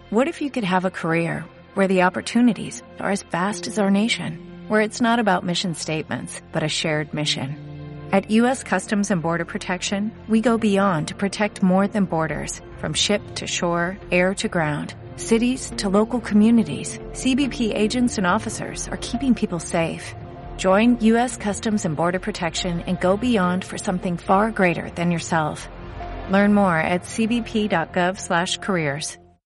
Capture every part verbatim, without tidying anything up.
What if you could have a career where the opportunities are as vast as our nation, where it's not about mission statements, but a shared mission? At U S Customs and Border Protection, we go beyond to protect more than borders. From ship to shore, air to ground, cities to local communities, C B P agents and officers are keeping people safe. Join U S Customs and Border Protection and go beyond for something far greater than yourself. Learn more at c b p dot gov slash careers.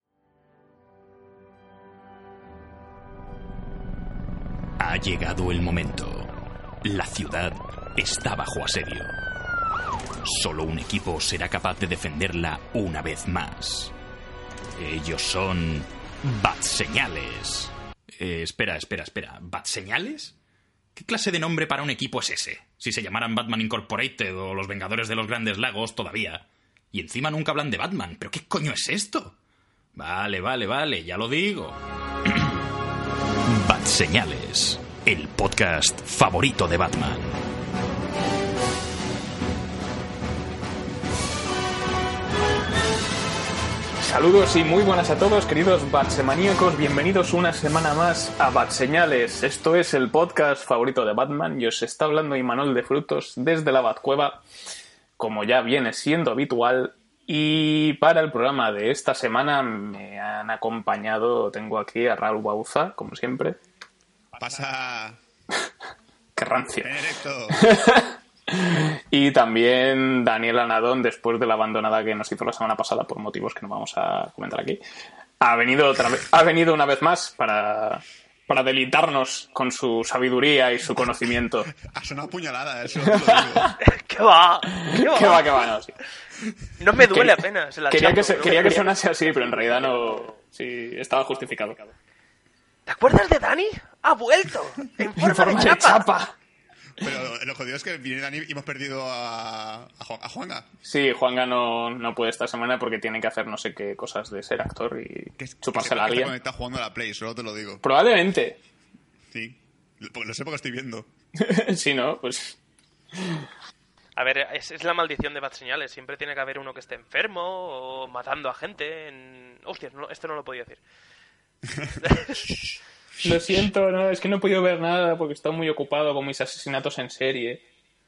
Ha llegado el momento. La ciudad está bajo asedio. Solo un equipo será capaz de defenderla una vez más. Ellos son Batseñales. Eh, espera, espera, espera. ¿Batseñales? ¿Qué clase de nombre para un equipo es ese? Si se llamaran Batman Incorporated o los Vengadores de los Grandes Lagos todavía. Y encima nunca hablan de Batman. ¿Pero qué coño es esto? Vale, vale, vale, ya lo digo. Batseñales, el podcast favorito de Batman. Saludos y muy buenas a todos, queridos batsemaníacos. Bienvenidos una semana más a Batseñales. Esto es el podcast favorito de Batman y os está hablando Imanol de Frutos desde la Batcueva, como ya viene siendo habitual. Y para el programa de esta semana me han acompañado, tengo aquí a Raúl Bauza, como siempre. Pasa. ¡Qué rancio! Perfecto. Y también Daniel Anadón, después de la abandonada que nos hizo la semana pasada por motivos que no vamos a comentar aquí, ha venido otra vez, ha venido una vez más para, para deleitarnos con su sabiduría y su conocimiento. Ha sonado puñalada, eso te lo digo. ¿Qué va? ¿Qué va? ¿Qué va, qué va? No, sí. No me duele Quería- apenas. La Quería chapo, que, se- no quería me que duele. sonase así, pero en realidad no. Sí, estaba justificado. ¿Te acuerdas de Dani? ¡Ha vuelto! En forma, En forma de de chapa. chapa. Pero lo jodido es que viene Dani y hemos perdido a, a, Juan- a Juanga. Sí, Juanga no, no puede esta semana porque tiene que hacer no sé qué cosas de ser actor y Que, es- chuparse que la sepa que está lia. conectado jugando a la Play, solo te lo digo. Probablemente. Sí. Lo, porque lo sé porque estoy viendo. Si no, pues. A ver, es, es la maldición de Batseñales. Siempre tiene que haber uno que esté enfermo o matando a gente. En... Hostias, no, esto no lo podía decir. Lo siento, no, es que no he podido ver nada porque he estado muy ocupado con mis asesinatos en serie.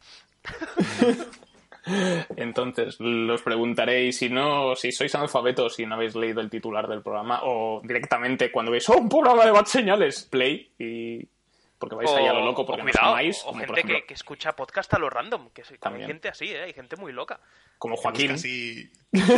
Entonces, los preguntaréis si no, si sois analfabetos, si no habéis leído el titular del programa, o directamente cuando veis, ¡oh, un programa de Batseñales! Play, y porque vais ahí a lo loco porque o no cuidado, sumáis, o como gente por ejemplo, que, que escucha podcast a lo random. Que hay También. gente así, ¿eh? Hay gente muy loca. como Joaquín. Casi.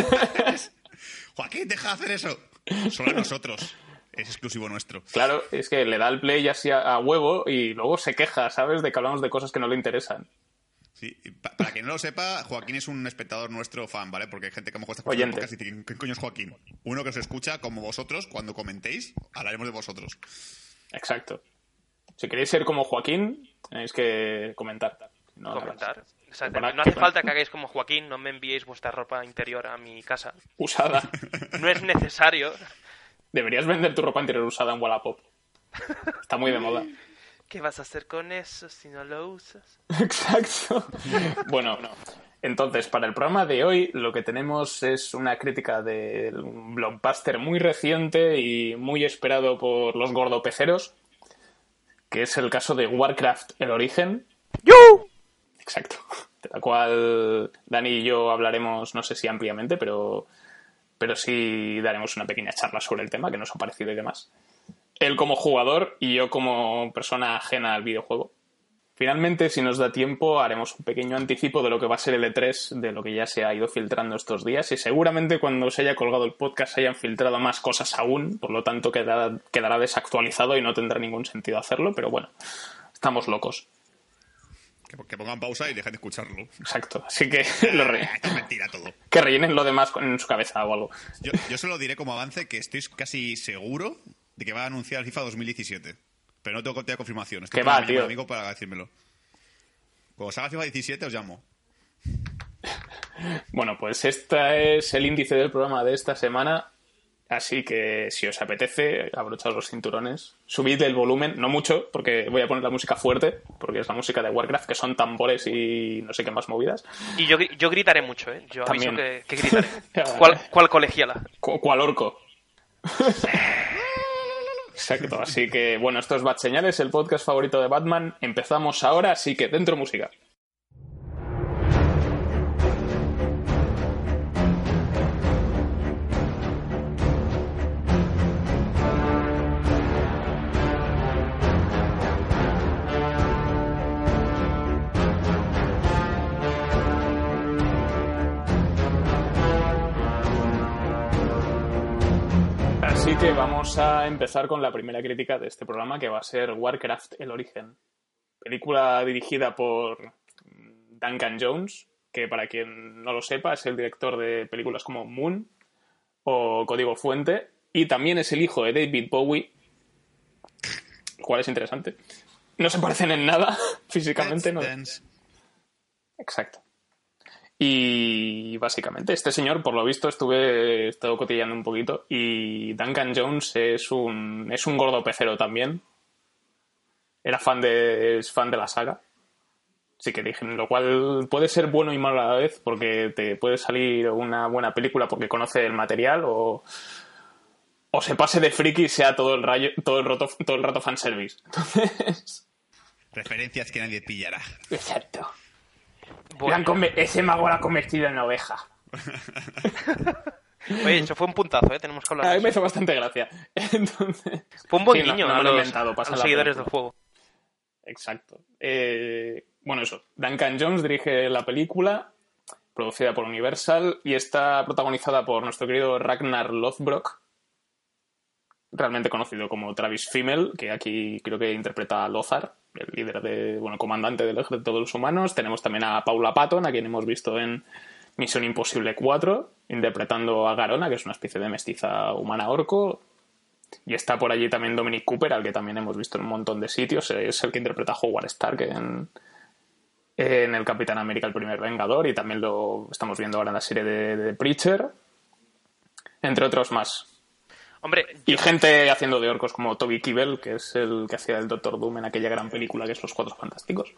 Joaquín, deja de hacer eso. Solo nosotros. Es exclusivo nuestro. Claro, es que le da el play así a, a huevo y luego se queja, ¿sabes? De que hablamos de cosas que no le interesan. Sí. y pa- Para quien no lo sepa, Joaquín es un espectador nuestro fan, ¿vale? Porque hay gente que a lo mejor está escuchando el Oyente. podcast y dice, ¿qué coño es Joaquín? Uno que os escucha como vosotros, cuando comentéis, hablaremos de vosotros. Exacto. Si queréis ser como Joaquín, tenéis que comentar. No, Comentar. O sea, Para- no hace para- falta que hagáis como Joaquín. No me enviéis vuestra ropa interior a mi casa. Usada. No es necesario. Deberías vender tu ropa interior usada en Wallapop. Está muy de moda. ¿Qué vas a hacer con eso si no lo usas? Exacto. Bueno, entonces, para el programa de hoy lo que tenemos es una crítica de un blockbuster muy reciente y muy esperado por los gordopeceros, que es el caso de Warcraft: El Origen. ¡Yo! Exacto. De la cual Dani y yo hablaremos, no sé si ampliamente, pero, pero sí daremos una pequeña charla sobre el tema, que nos ha parecido y demás. Él como jugador y yo como persona ajena al videojuego. Finalmente, si nos da tiempo, haremos un pequeño anticipo de lo que va a ser el E tres, de lo que ya se ha ido filtrando estos días, y seguramente cuando se haya colgado el podcast se hayan filtrado más cosas aún, por lo tanto quedará, quedará desactualizado y no tendrá ningún sentido hacerlo, pero bueno, estamos locos. Que, que pongan pausa y dejen de escucharlo. Exacto, así que lo re- Ah, esto es mentira todo. que rellenen lo demás con- en su cabeza o algo. Yo, yo solo diré como avance que estoy casi seguro de que va a anunciar el FIFA dos mil diecisiete. Pero no tengo todavía confirmación. Estoy Que va, esperando a mi tío. amigo para decírmelo. Cuando salga FIFA diecisiete os llamo. Bueno, pues este es el índice del programa de esta semana. Así que si os apetece, abrochaos los cinturones, subid el volumen, no mucho, porque voy a poner la música fuerte, porque es la música de Warcraft, que son tambores y no sé qué más movidas. Y yo, yo gritaré mucho, ¿eh? Yo aviso También. que, que gritaré. ¿Cuál, cuál colegiala? Cu- ¿Cuál orco? Exacto, así que bueno, esto es Bat Señales, el podcast favorito de Batman. Empezamos ahora, así que dentro música. Así que vamos a empezar con la primera crítica de este programa, que va a ser Warcraft: El Origen. Película dirigida por Duncan Jones, que para quien no lo sepa es el director de películas como Moon o Código Fuente, y también es el hijo de David Bowie, lo cual es interesante. No se parecen en nada físicamente, ¿no? Exacto. Y básicamente este señor, por lo visto, estuve he estado cotillando un poquito, y Duncan Jones es un es un gordo pecero también. Era fan de es fan de la saga. Así que dije, lo cual puede ser bueno y malo a la vez, porque te puede salir una buena película porque conoce el material, o o se pase de friki y sea todo el rayo, todo el rato todo el rato fanservice. Entonces, referencias que nadie pillará. Exacto. Bueno. Come- ese mago la ha convertido en oveja. Oye, eso fue un puntazo, ¿eh? Tenemos que hablar A de mí me eso. hizo bastante gracia. Entonces, Fue un buen sí, no- guiño no a lo he los, inventado, a pasa los la seguidores del película. juego. Exacto. Eh, bueno, eso. Duncan Jones dirige la película, producida por Universal, y está protagonizada por nuestro querido Ragnar Lothbrok, realmente conocido como Travis Fimmel, que aquí creo que interpreta a Lothar, el líder de, bueno, comandante del ejército de los humanos. Tenemos también a Paula Patton, a quien hemos visto en Misión Imposible cuatro, interpretando a Garona, que es una especie de mestiza humana orco. Y está por allí también Dominic Cooper, al que también hemos visto en un montón de sitios. Es el que interpreta a Howard Stark en, en el Capitán América, el primer Vengador, y también lo estamos viendo ahora en la serie de, de Preacher, entre otros más. Hombre, Y gente haciendo de orcos como Toby Kebbell, que es el que hacía el Doctor Doom en aquella gran película que es Los Cuatro Fantásticos.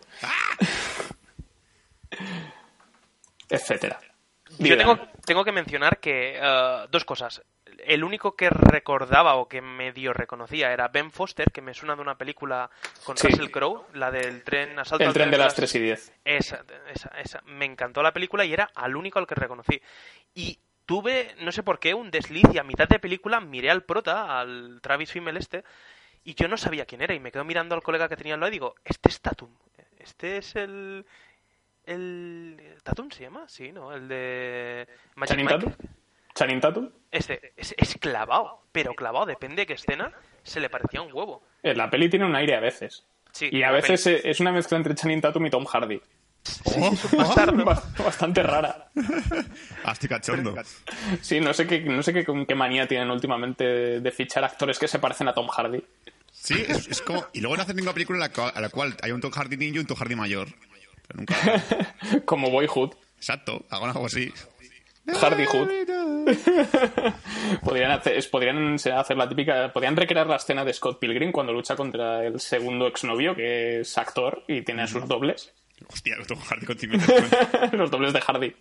Etcétera. yo Digan. tengo, tengo que mencionar que uh, dos cosas. El único que recordaba o que medio reconocía era Ben Foster, que me suena de una película con Sí. Russell Crowe, la del tren Asalto El al tren de las las- tres y diez. Esa, esa, esa. Me encantó la película y era al único al que reconocí. Y tuve, no sé por qué, un desliz y a mitad de película miré al prota, al Travis Fimmel este, y yo no sabía quién era. Y me quedo mirando al colega que tenía al lado y digo, este es Tatum. Este es el... el ¿Tatum se llama? Sí, ¿no? El de... Magic ¿Channing Mike. Tatum? ¿Channing Tatum? Este, es, es clavado, pero clavado, depende de qué escena, se le parecía un huevo. Eh, La peli tiene un aire a veces. Sí, Y a la veces peli- eh, es una mezcla entre Channing Tatum y Tom Hardy. Oh, bastardo. Bast- Bastante rara. ah, estoy cachondo. Sí, no sé qué, no sé qué, qué manía tienen últimamente de, de fichar actores que se parecen a Tom Hardy. Sí, es, es como... Y luego no hacen ninguna película en la, cual, a la cual hay un Tom Hardy niño y un Tom Hardy mayor. Pero nunca... Como Boyhood. Exacto, hagan algo así. Hardyhood. podrían hacer, es- podrían hacer la típica, podrían recrear la escena de Scott Pilgrim cuando lucha contra el segundo exnovio, que es actor y tiene a sus dobles. Hostia, Tom Hardy con cimientos. Los dobles de Hardy.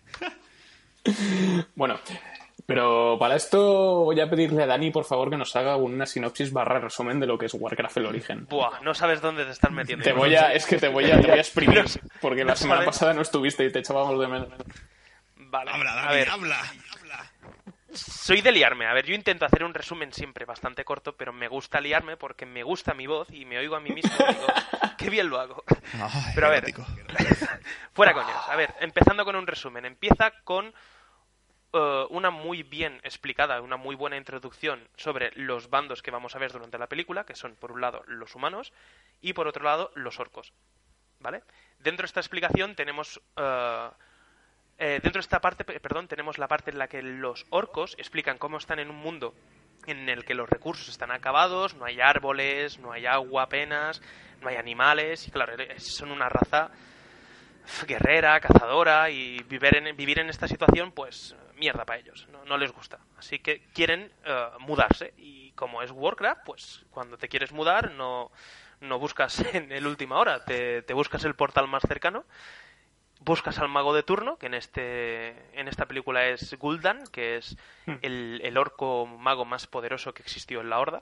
Bueno, pero para esto voy a pedirle a Dani, por favor, que nos haga una sinopsis barra resumen de lo que es Warcraft: El Origen. Buah, no sabes dónde te estás metiendo. Te voy a, es que te voy a, te voy a exprimir, No- porque no la semana sabes- pasada no estuviste y te echábamos de menos. Vale, Habla, a Dani, ver, habla, habla. soy de liarme. A ver, yo intento hacer un resumen siempre bastante corto, pero me gusta liarme porque me gusta mi voz y me oigo a mí mismo y digo, qué bien lo hago. Ay, Pero a ver, erótico. fuera coñas. A ver, empezando con un resumen. Empieza con eh, una muy bien explicada, una muy buena introducción sobre los bandos que vamos a ver durante la película, que son, por un lado, los humanos y, por otro lado, los orcos. ¿Vale? Dentro de esta explicación tenemos... eh, eh, dentro de esta parte, pe- perdón, tenemos la parte en la que los orcos explican cómo están en un mundo en el que los recursos están acabados, no hay árboles, no hay agua apenas, no hay animales, y claro, eh, son una raza guerrera, cazadora, y vivir en, vivir en esta situación, pues mierda para ellos, no, no les gusta. Así que quieren eh, mudarse, y como es Warcraft, pues cuando te quieres mudar no, no buscas en el última hora, te, te buscas el portal más cercano, buscas al mago de turno, que en este en esta película es Gul'dan, que es el, el orco mago más poderoso que existió en la Horda.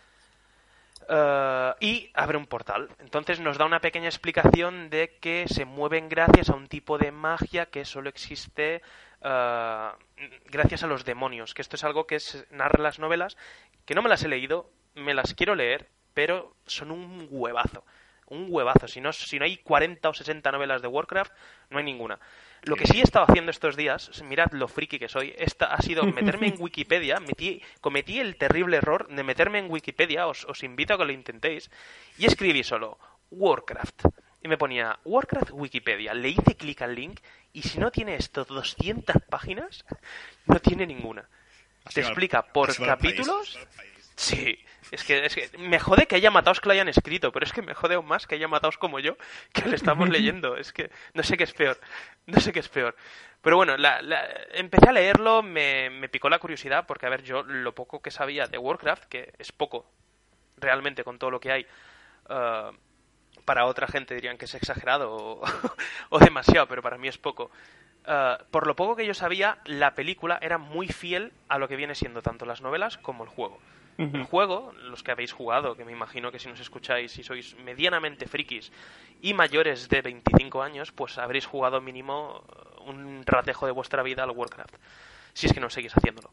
Uh, y abre un portal. Entonces nos da una pequeña explicación de que se mueven gracias a un tipo de magia que solo existe uh, gracias a los demonios, que esto es algo que es, narra las novelas, que no me las he leído, me las quiero leer, pero son un huevazo. Un huevazo. Si no, si no hay cuarenta o sesenta novelas de Warcraft, no hay ninguna. Lo que sí he estado haciendo estos días, mirad lo friki que soy, esta ha sido meterme en Wikipedia, metí, cometí el terrible error de meterme en Wikipedia, os, os invito a que lo intentéis, y escribí solo Warcraft. Y me ponía Warcraft Wikipedia, le hice clic al link, y si no tiene esto doscientas páginas, no tiene ninguna. Te explica por capítulos... Sí, es que, es que me jode que haya mataos que lo hayan escrito, pero es que me jode aún más que haya mataos como yo, que lo estamos leyendo. Es que no sé qué es peor, no sé qué es peor. Pero bueno, la, la, empecé a leerlo, me, me picó la curiosidad, porque a ver, yo lo poco que sabía de Warcraft, que es poco, realmente con todo lo que hay, uh, para otra gente dirían que es exagerado o, o demasiado, pero para mí es poco. Uh, por lo poco que yo sabía, la película era muy fiel a lo que viene siendo tanto las novelas como el juego. Uh-huh. El juego, los que habéis jugado, que me imagino que si nos escucháis, si sois medianamente frikis y mayores de veinticinco años, pues habréis jugado mínimo un ratejo de vuestra vida al Warcraft. Si es que no seguís haciéndolo.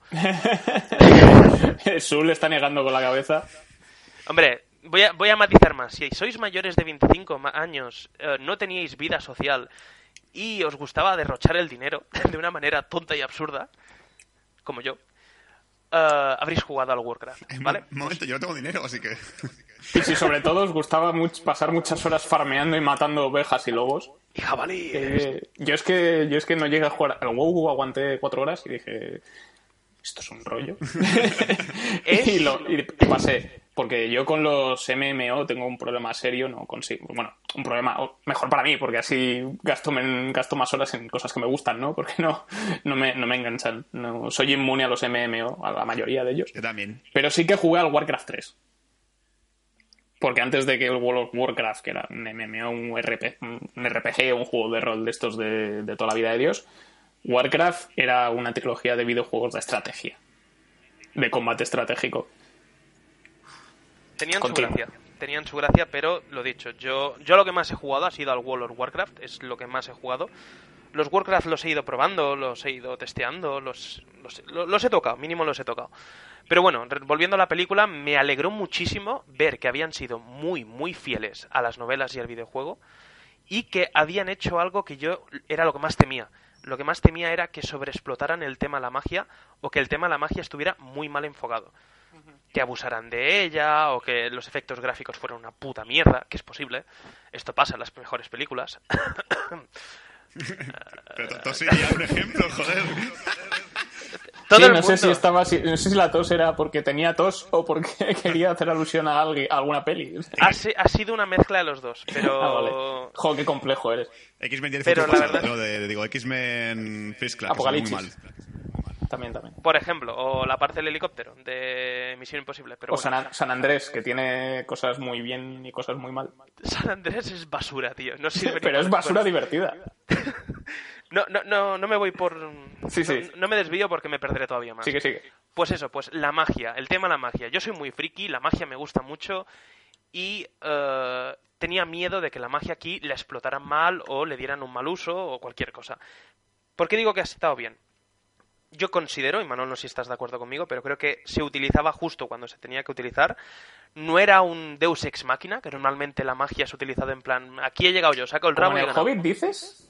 Sul está negando con la cabeza. Hombre, voy a, voy a matizar más. Si sois mayores de veinticinco años, eh, no teníais vida social y os gustaba derrochar el dinero de una manera tonta y absurda, como yo, Uh, habréis jugado al Warcraft, ¿vale? Un momento, yo no tengo dinero, así que... Y si sobre todo os gustaba mucho pasar muchas horas farmeando y matando ovejas y lobos. Y jabalíes. Eh, yo es que yo es que no llegué a jugar al WoW, aguanté cuatro horas y dije... Esto es un rollo. ¿Es? y, lo, y pasé. Porque yo con los M M O tengo un problema serio, no consigo... Bueno, un problema mejor para mí, porque así gasto, men, gasto más horas en cosas que me gustan, ¿no? Porque no, no, me, no me enganchan. No, soy inmune a los M M O, a la mayoría de ellos. Yo también. Pero sí que jugué al Warcraft tres. Porque antes de que el World of Warcraft, que era un M M O, un, R P, un R P G, un juego de rol de estos de, de toda la vida de Dios, Warcraft era una trilogía de videojuegos de estrategia. De combate estratégico. Tenían Continua. su gracia, tenían su gracia, pero lo dicho, yo yo lo que más he jugado ha sido al World of Warcraft, es lo que más he jugado. Los Warcraft los he ido probando, los he ido testeando, los, los, los he tocado, mínimo los he tocado. Pero bueno, volviendo a la película, me alegró muchísimo ver que habían sido muy, muy fieles a las novelas y al videojuego y que habían hecho algo que yo era lo que más temía. Lo que más temía era que sobreexplotaran el tema de la magia o que el tema de la magia estuviera muy mal enfocado. Que abusaran de ella o que los efectos gráficos fueran una puta mierda, que es posible. Esto pasa en las mejores películas. Pero tos sería un ejemplo, joder. Todo sí, el no mundo... sé si estaba, no sé si la tos era porque tenía tos o porque quería hacer alusión a, alguien, a alguna peli. Ha, ha sido una mezcla de los dos, pero... Ah, vale. Jo, qué complejo eres. X-Men tiene Pero futuro la pasado, verdad- ¿no? De, digo, X-Men First Class, que son muy Apocalipsis. mal. También, también. Por ejemplo, o la parte del helicóptero de Misión Imposible. Pero O bueno, San, San Andrés, que tiene cosas muy bien y cosas muy mal. San Andrés es basura, tío. No sirve ni Pero para- es basura divertida. No, no, no, no me voy por... Sí, sí. No, no me desvío porque me perderé todavía más. Sigue, sigue. Pues eso, pues la magia, el tema de la magia. Yo soy muy friki, la magia me gusta mucho y eh, tenía miedo de que la magia aquí la explotaran mal o le dieran un mal uso o cualquier cosa. ¿Por qué digo que ha estado bien? Yo considero, y Manuel no sé si estás de acuerdo conmigo, pero creo que se utilizaba justo cuando se tenía que utilizar. No era un Deus Ex Machina, que normalmente la magia se ha utilizado en plan, aquí he llegado yo, saco el ¿Como rabo en y he el ganado. Hobbit dices?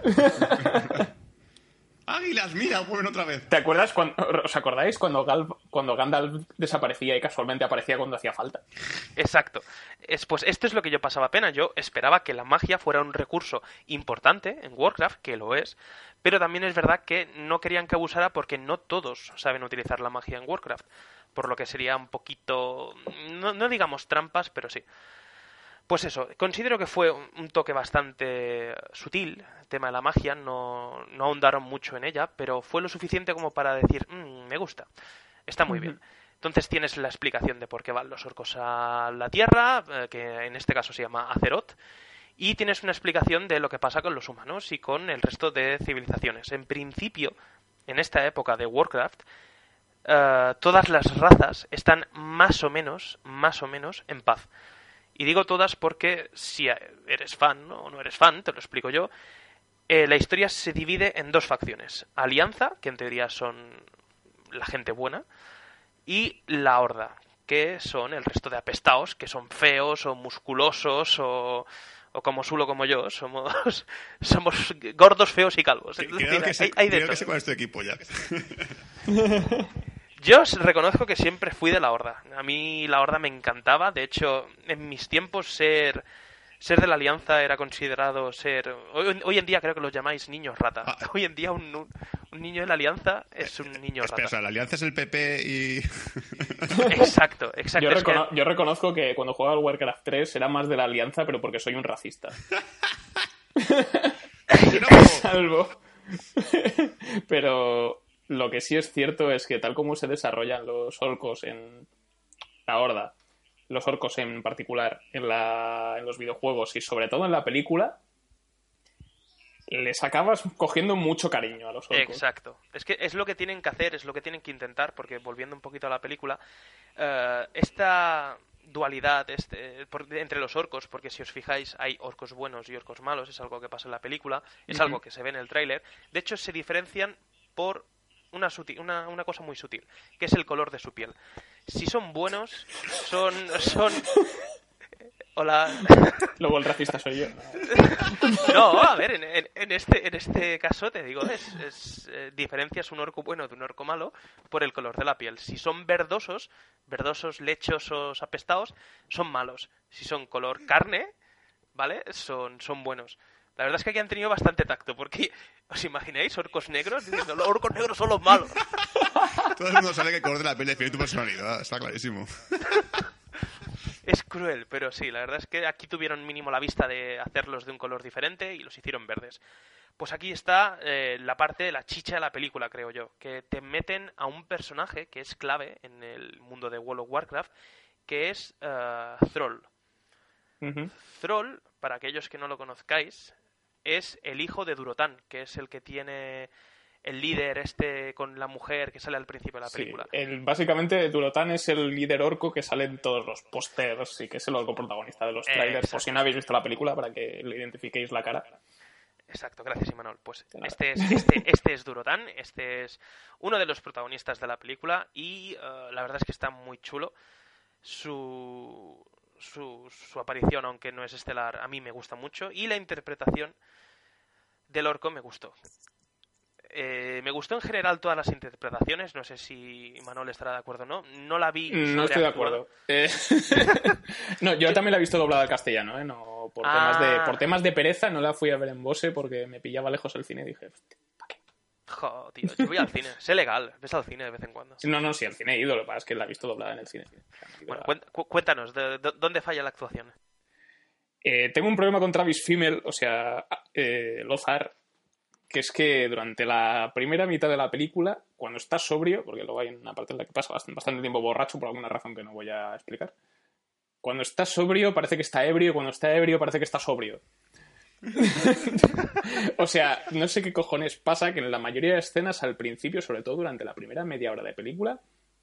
¡Águilas, mira! Vuelven otra vez. ¿Te acuerdas cuando, os acordáis cuando, Gal, cuando Gandalf desaparecía y casualmente aparecía cuando hacía falta? Exacto. Es, pues esto es lo que yo pasaba pena. Yo esperaba que la magia fuera un recurso importante en Warcraft, que lo es, pero también es verdad que no querían que abusara porque no todos saben utilizar la magia en Warcraft, por lo que sería un poquito, no, no digamos trampas, pero sí. Pues eso, considero que fue un toque bastante sutil, el tema de la magia, no, no ahondaron mucho en ella, pero fue lo suficiente como para decir, mmm, me gusta, está muy bien. Entonces tienes la explicación de por qué van los orcos a la Tierra, eh, que en este caso se llama Azeroth, y tienes una explicación de lo que pasa con los humanos y con el resto de civilizaciones. En principio, en esta época de Warcraft, uh, todas las razas están más o menos, más o menos en paz. Y digo todas porque si eres fan, ¿no? o no eres fan, te lo explico yo, eh, la historia se divide en dos facciones. Alianza, que en teoría son la gente buena, y la Horda, que son el resto de apestaos, que son feos o musculosos o, o como Sulo como yo, somos somos gordos, feos y calvos. Es Creo decir, que sé, hay, hay de creo que todo. sé cuál es tu equipo ya. Yo os reconozco que siempre fui de la Horda. A mí la Horda me encantaba. De hecho, en mis tiempos ser ser de la Alianza era considerado ser... Hoy, hoy en día creo que los llamáis niños rata. Ah. Hoy en día un, un, un niño de la Alianza es un niño Espera, rata. o sea, la alianza es el P P y... Exacto, exacto. Yo, Es que- recono- yo reconozco que cuando jugaba al Warcraft tres era más de la Alianza, pero porque soy un racista. Salvo. Pero lo que sí es cierto es que tal como se desarrollan los orcos en la Horda, los orcos en particular en, la, en los videojuegos y sobre todo en la película, les acabas cogiendo mucho cariño a los orcos. Exacto. Es que es lo que tienen que hacer, es lo que tienen que intentar, porque volviendo un poquito a la película, eh, esta dualidad este, por- entre los orcos, porque si os fijáis hay orcos buenos y orcos malos, es algo que pasa en la película, es Ujú. algo que se ve en el tráiler. De hecho, se diferencian por una, suti- una, una cosa muy sutil, que es el color de su piel. Si son buenos, son... son... Hola... Luego el racista soy yo. No, a ver, en, en- en este, en este caso te digo, es, es eh, diferencias un orco bueno de un orco malo por el color de la piel. Si son verdosos, verdosos, lechosos, apestados, son malos. Si son color carne, ¿vale? Son, son buenos. La verdad es que aquí han tenido bastante tacto, porque ¿os imagináis orcos negros diciendo los orcos negros son los malos? Todo el mundo sabe que el color de la piel define tu personalidad, está clarísimo. Es cruel, pero sí, la verdad es que aquí tuvieron mínimo la vista de hacerlos de un color diferente y los hicieron verdes. Pues aquí está eh, la parte, la chicha de la película, creo yo, que te meten a un personaje que es clave en el mundo de World of Warcraft, que es eh, Thrall. Ujú. Thrall, para aquellos que no lo conozcáis, es el hijo de Durotan, que es el que tiene el líder este con la mujer que sale al principio de la Sí, película. el, básicamente Durotan es el líder orco que sale en todos los pósters y que es el orco protagonista de los Eh, trailers. Por exacto. si no habéis visto la película, para que le identifiquéis la cara. Exacto, gracias Imanol. Pues nada. este es, este, este es Durotan, este es uno de los protagonistas de la película y eh, la verdad es que está muy chulo. Su, su, su aparición, aunque no es estelar, a mí me gusta mucho y la interpretación del orco me gustó. Eh, me gustó en general todas las interpretaciones, no sé si Imanol estará de acuerdo o no. No la vi No estoy de sobreactuada. acuerdo. Eh, no, yo también la he visto doblada al castellano, ¿eh? No, por, Ah. temas de, por temas de pereza no la fui a ver en Bose porque me pillaba lejos el cine y dije... Jo, tío, yo voy al cine, sé legal, ves al cine de vez en cuando. No, no, sí, al cine he ido, lo que pasa es que la he visto doblada en el cine. Bueno, cuen- cu- cuéntanos, de- de- ¿dónde falla la actuación? Eh, tengo un problema con Travis Fimmel, o sea, eh, Lothar, que es que durante la primera mitad de la película, cuando está sobrio, porque luego hay una parte en la que pasa bastante, bastante tiempo borracho por alguna razón que no voy a explicar, cuando está sobrio parece que está ebrio y cuando está ebrio parece que está sobrio. O sea, no sé qué cojones pasa que en la mayoría de escenas al principio, sobre todo durante la primera media hora de película,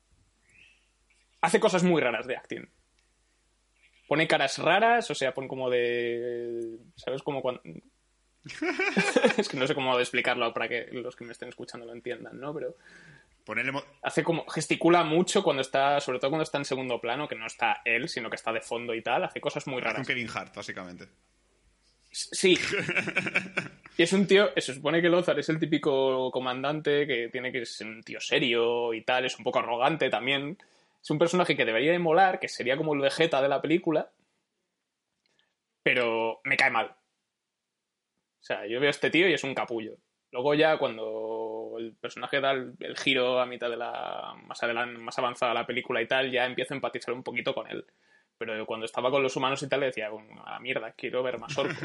hace cosas muy raras de acting. Pone caras raras, o sea, pone como de... ¿Sabes? Como cuando... Es que no sé cómo explicarlo para que los que me estén escuchando lo entiendan, ¿no? Pero Ponerle... mo- hace como... gesticula mucho cuando está... Sobre todo cuando está en segundo plano, que no está él, sino que está de fondo y tal. Hace cosas muy Hace un raras. Kevin Hart, básicamente. Sí. Y es un tío... Se supone que Lothar es el típico comandante que tiene que ser un tío serio y tal. Es un poco arrogante también. Es un personaje que debería de molar, que sería como el Vegeta de la película. Pero me cae mal. O sea, yo veo a este tío y es un capullo. Luego ya cuando el personaje da el, el giro a mitad de la... Más adelante, más avanzada la película y tal, ya empiezo a empatizar un poquito con él. Pero cuando estaba con los humanos y tal, le decía, bueno, a la mierda, quiero ver más orcos.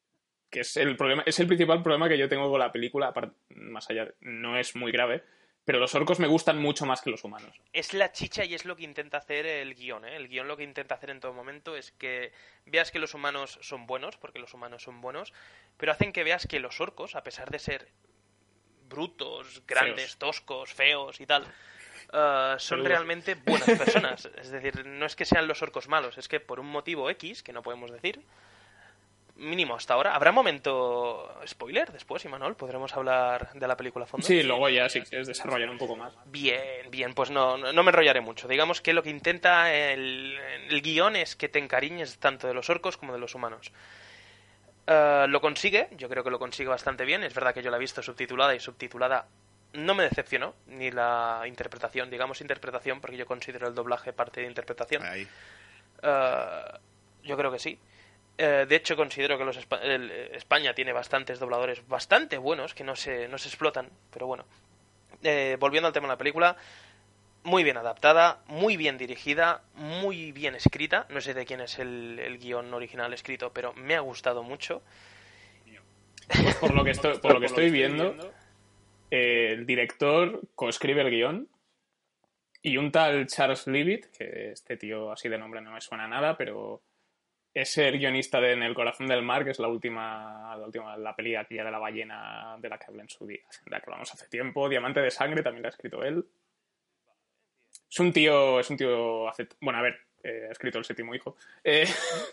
Que es el problema, es el principal problema que yo tengo con la película, aparte, más allá, de- no es muy grave, pero los orcos me gustan mucho más que los humanos. Es la chicha y es lo que intenta hacer el guión, ¿eh? El guión lo que intenta hacer en todo momento es que veas que los humanos son buenos, porque los humanos son buenos, pero hacen que veas que los orcos, a pesar de ser brutos, grandes, feos. toscos, feos y tal, uh, son Peludos. realmente buenas personas. Es decir, no es que sean los orcos malos, es que por un motivo X, que no podemos decir, mínimo hasta ahora. ¿Habrá momento spoiler después, Imanol? ¿Podremos hablar de la película a fondo? Sí, luego ya si quieres desarrollar un poco más. Bien, bien, pues no, no me enrollaré mucho. Digamos que lo que intenta el, el guión es que te encariñes tanto de los orcos como de los humanos. Uh, lo consigue, yo creo que lo consigue bastante bien. Es verdad que yo la he visto subtitulada y subtitulada no me decepcionó, ni la interpretación, digamos interpretación, porque yo considero el doblaje parte de interpretación. Ahí. Uh, yo creo que sí. De hecho, considero que los Espa- el, España tiene bastantes dobladores bastante buenos que no se, no se explotan, pero bueno. Eh, volviendo al tema de la película, muy bien adaptada, muy bien dirigida, muy bien escrita. No sé de quién es el, el guión original escrito, pero me ha gustado mucho. Pues por lo que estoy, por lo que estoy viendo, eh, el director coescribe el guión y un tal Charles Leavitt, que este tío así de nombre no me suena a nada, pero... es el guionista de En el corazón del mar, que es la última, la última, la peli aquella de la ballena de la que hablé en su día, de la que hablamos hace tiempo. Diamante de sangre también la ha escrito él. Es un tío, es un tío, acept... bueno, a ver, eh, ha escrito El séptimo hijo. Eh...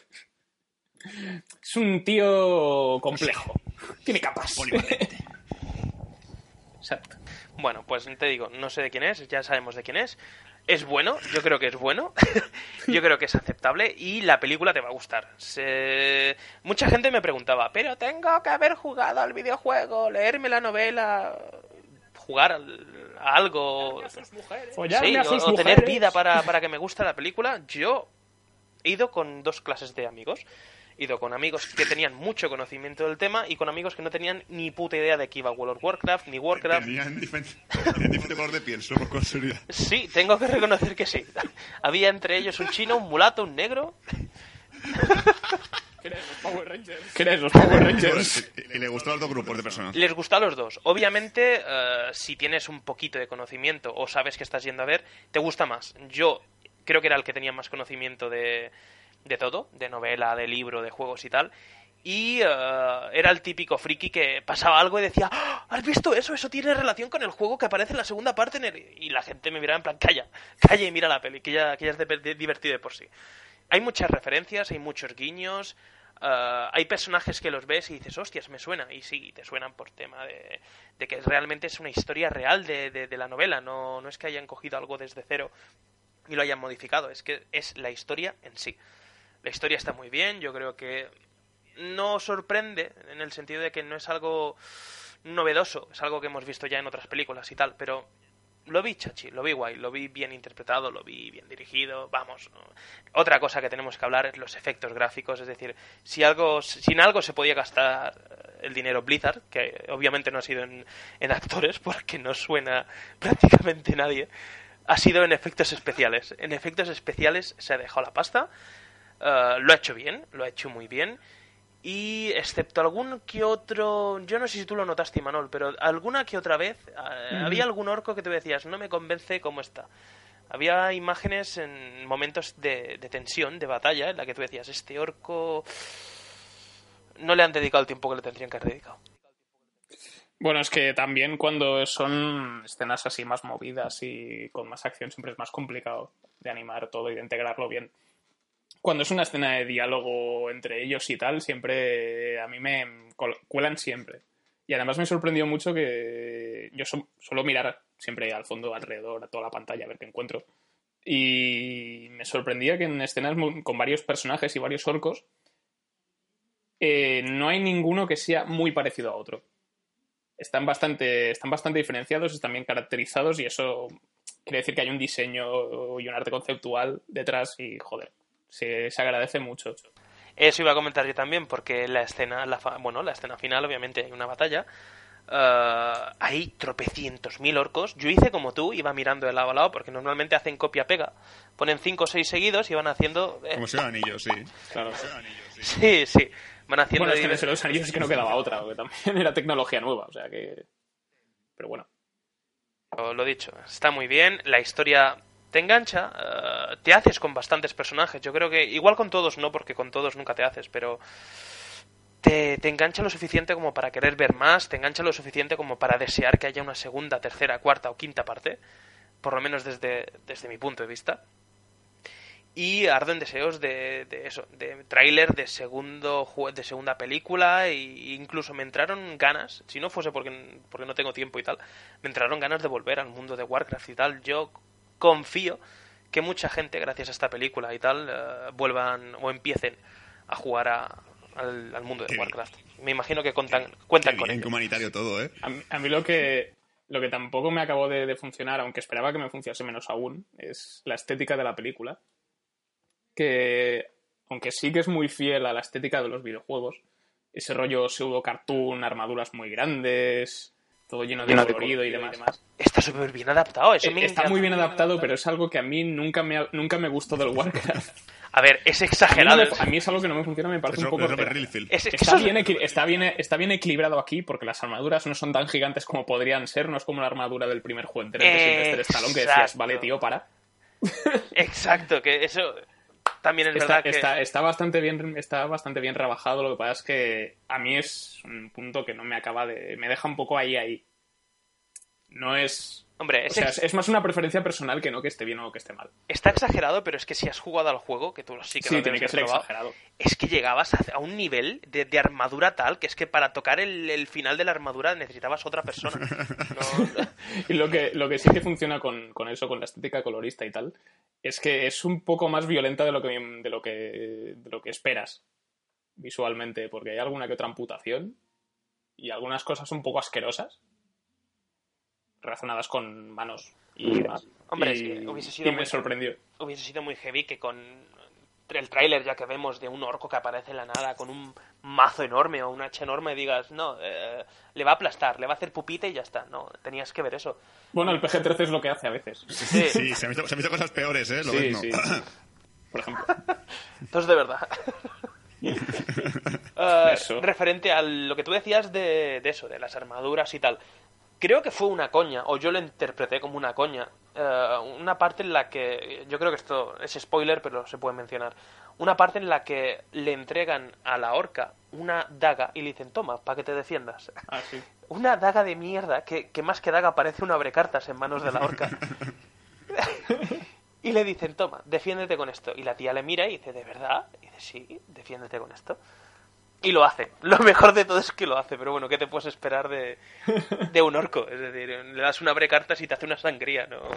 es un tío complejo. Tiene capas. Polivalente. Exacto. Bueno, pues te digo, no sé de quién es, ya sabemos de quién es. Es bueno, yo creo que es bueno, yo creo que es aceptable y la película te va a gustar. Se... Mucha gente me preguntaba, pero tengo que haber jugado al videojuego, leerme la novela, jugar a algo, follarme sí, a sus o, o tener mujeres. vida para, para que me guste la película. Yo he ido con dos clases de amigos. He ido con amigos que tenían mucho conocimiento del tema y con amigos que no tenían ni puta idea de que iba World of Warcraft, ni Warcraft. Tenían diferente, tenían diferente color de piel, solo con seguridad. Sí, tengo que reconocer que sí. Había entre ellos un chino, un mulato, un negro. ¿Qué eres, los Power Rangers? ¿Qué eres, los Power Rangers? Y le gustó a los dos grupos de personas. Les gustó a los dos. Obviamente, uh, si tienes un poquito de conocimiento o sabes que estás yendo a ver, te gusta más. Yo creo que era el que tenía más conocimiento de... de todo, de novela, de libro, de juegos y tal, y uh, era el típico friki que pasaba algo y decía, ¡oh! ¿Has visto eso? Eso tiene relación con el juego que aparece en la segunda parte en el... y la gente me miraba en plan, calla, calla y mira la peli, que ya, que ya es de, de, divertido de por sí. Hay muchas referencias, hay muchos guiños, uh, hay personajes que los ves y dices, hostias, me suena, y sí, te suenan por tema de, de que realmente es una historia real de, de, de la novela, no, no es que hayan cogido algo desde cero y lo hayan modificado, es que es la historia en sí. La historia está muy bien, yo creo que no sorprende en el sentido de que no es algo novedoso, es algo que hemos visto ya en otras películas y tal, pero lo vi chachi, lo vi guay, lo vi bien interpretado, lo vi bien dirigido, vamos. Otra cosa que tenemos que hablar es los efectos gráficos, es decir, si algo, sin algo se podía gastar el dinero Blizzard, que obviamente no ha sido en, en actores porque no suena prácticamente nadie, ha sido en efectos especiales. En efectos especiales se ha dejado la pasta. Uh, lo ha hecho bien, lo ha hecho muy bien y excepto algún que otro, yo no sé si tú lo notaste, Imanol, pero alguna que otra vez uh, mm. había algún orco que tú decías, no me convence cómo está. Había imágenes en momentos de, de tensión, de batalla, en la que tú decías, este orco no le han dedicado el tiempo que le tendrían que haber dedicado. Bueno, es que también cuando son escenas así más movidas y con más acción siempre es más complicado de animar todo y de integrarlo bien. Cuando es una escena de diálogo entre ellos y tal, siempre a mí me cuelan siempre. Y además me sorprendió mucho que yo so- suelo mirar siempre al fondo, alrededor, a toda la pantalla, a ver qué encuentro. Y me sorprendía que en escenas muy, con varios personajes y varios orcos eh, no hay ninguno que sea muy parecido a otro. Están bastante, están bastante diferenciados, están bien caracterizados y eso quiere decir que hay un diseño y un arte conceptual detrás y, joder, se, se agradece mucho. Eso iba a comentar yo también, porque la escena, la fa- bueno, la escena final, obviamente hay una batalla, uh, hay tropecientos mil orcos. Yo hice como tú, iba mirando de lado a lado, porque normalmente hacen copia-pega. Ponen cinco o seis seguidos y van haciendo... Eh, Como si fueran anillos, sí. Claro. Como si fueran anillos, sí. sí, sí. Van haciendo... Bueno, es que en de- el Señor de los Anillos es que no quedaba otra, porque también era tecnología nueva, o sea que... Pero bueno. Lo dicho, está muy bien, la historia te engancha, uh, te haces con bastantes personajes. Yo creo que, igual con todos no, porque con todos nunca te haces, pero te, te engancha lo suficiente como para querer ver más, te engancha lo suficiente como para desear que haya una segunda, tercera, cuarta o quinta parte, por lo menos desde, desde mi punto de vista. Y arden deseos de, de eso, de tráiler, de segundo de segunda película, e incluso me entraron ganas, si no fuese porque, porque no tengo tiempo y tal, me entraron ganas de volver al mundo de Warcraft y tal. Yo confío que mucha gente, gracias a esta película y tal, uh, vuelvan o empiecen a jugar a, al, al mundo de Qué Warcraft. bien. Me imagino que contan, cuentan Qué con bien, ello. qué humanitario todo, ¿eh? A mí, a mí lo que lo que tampoco me acabó de, de funcionar, aunque esperaba que me funcionase menos aún, es la estética de la película. Que, aunque sí que es muy fiel a la estética de los videojuegos, ese rollo pseudo cartoon, armaduras muy grandes, todo lleno de colorido y demás. Está súper bien adaptado. Eso me Está encanta. muy bien adaptado, pero es algo que a mí nunca me, ha- nunca me gustó del Warcraft. A ver, es A mí, no exagerado. me- a mí es algo que no me funciona, me parece Es un poco... Robert feo. Liefeld. Es- es que Está eso es- bien, equi- está, bien, está bien equilibrado aquí porque las armaduras no son tan gigantes como podrían ser, no es como la armadura del primer juego entero de Sylvester Stallone que decías, Exacto. vale, tío, para. Exacto, que eso también es Está, verdad que... está, está bastante bien, está bastante bien rebajado, lo que pasa es que a mí es un punto que no me acaba de... me deja un poco ahí, ahí. No es... Hombre, O es sea, ex- es, es más una preferencia personal que no que esté bien o que esté mal. está exagerado, pero es que si has jugado al juego, que tú sí que Sí, lo tiene debes que haber ser probado, exagerado. es que llegabas a, a un nivel de, de armadura tal que es que para tocar el, el final de la armadura necesitabas otra persona. No, no. Y lo que, lo que sí que funciona con, con eso, con la estética colorista y tal, es que es un poco más violenta de lo que, de lo que, de lo que esperas visualmente, porque hay alguna que otra amputación y algunas cosas un poco asquerosas relacionadas con manos y demás. Hombre, y, es que hubiese sido y me muy- sorprendió. Hubiese sido muy heavy que con el tráiler ya que vemos de un orco que aparece en la nada con un mazo enorme o un hacha enorme digas, no, eh, le va a aplastar, le va a hacer pupita y ya está. No, tenías que ver eso. Bueno, el P G trece es lo que hace a veces. Sí, Sí, se han visto, se han visto cosas peores, ¿eh? Lo Sí, ves, no. sí. Por ejemplo. entonces de verdad. Eh, Eso. referente a lo que tú decías de, de eso, de las armaduras y tal. Creo que fue una coña, o yo lo interpreté como una coña. Eh, una parte en la que, yo creo que esto es spoiler, pero se puede mencionar. Una parte en la que le entregan a la orca una daga y le dicen, toma, para que te defiendas. Ah, sí. Una daga de mierda, que, que más que daga parece un abrecartas en manos de la orca. Y le dicen, toma, defiéndete con esto. Y la tía le mira y dice, ¿de verdad? Y dice, sí, defiéndete con esto. Y lo hace. Lo mejor de todo es que lo hace. Pero bueno, ¿qué te puedes esperar de, de un orco? Es decir, le das una abrecartas y te hace una sangría. No,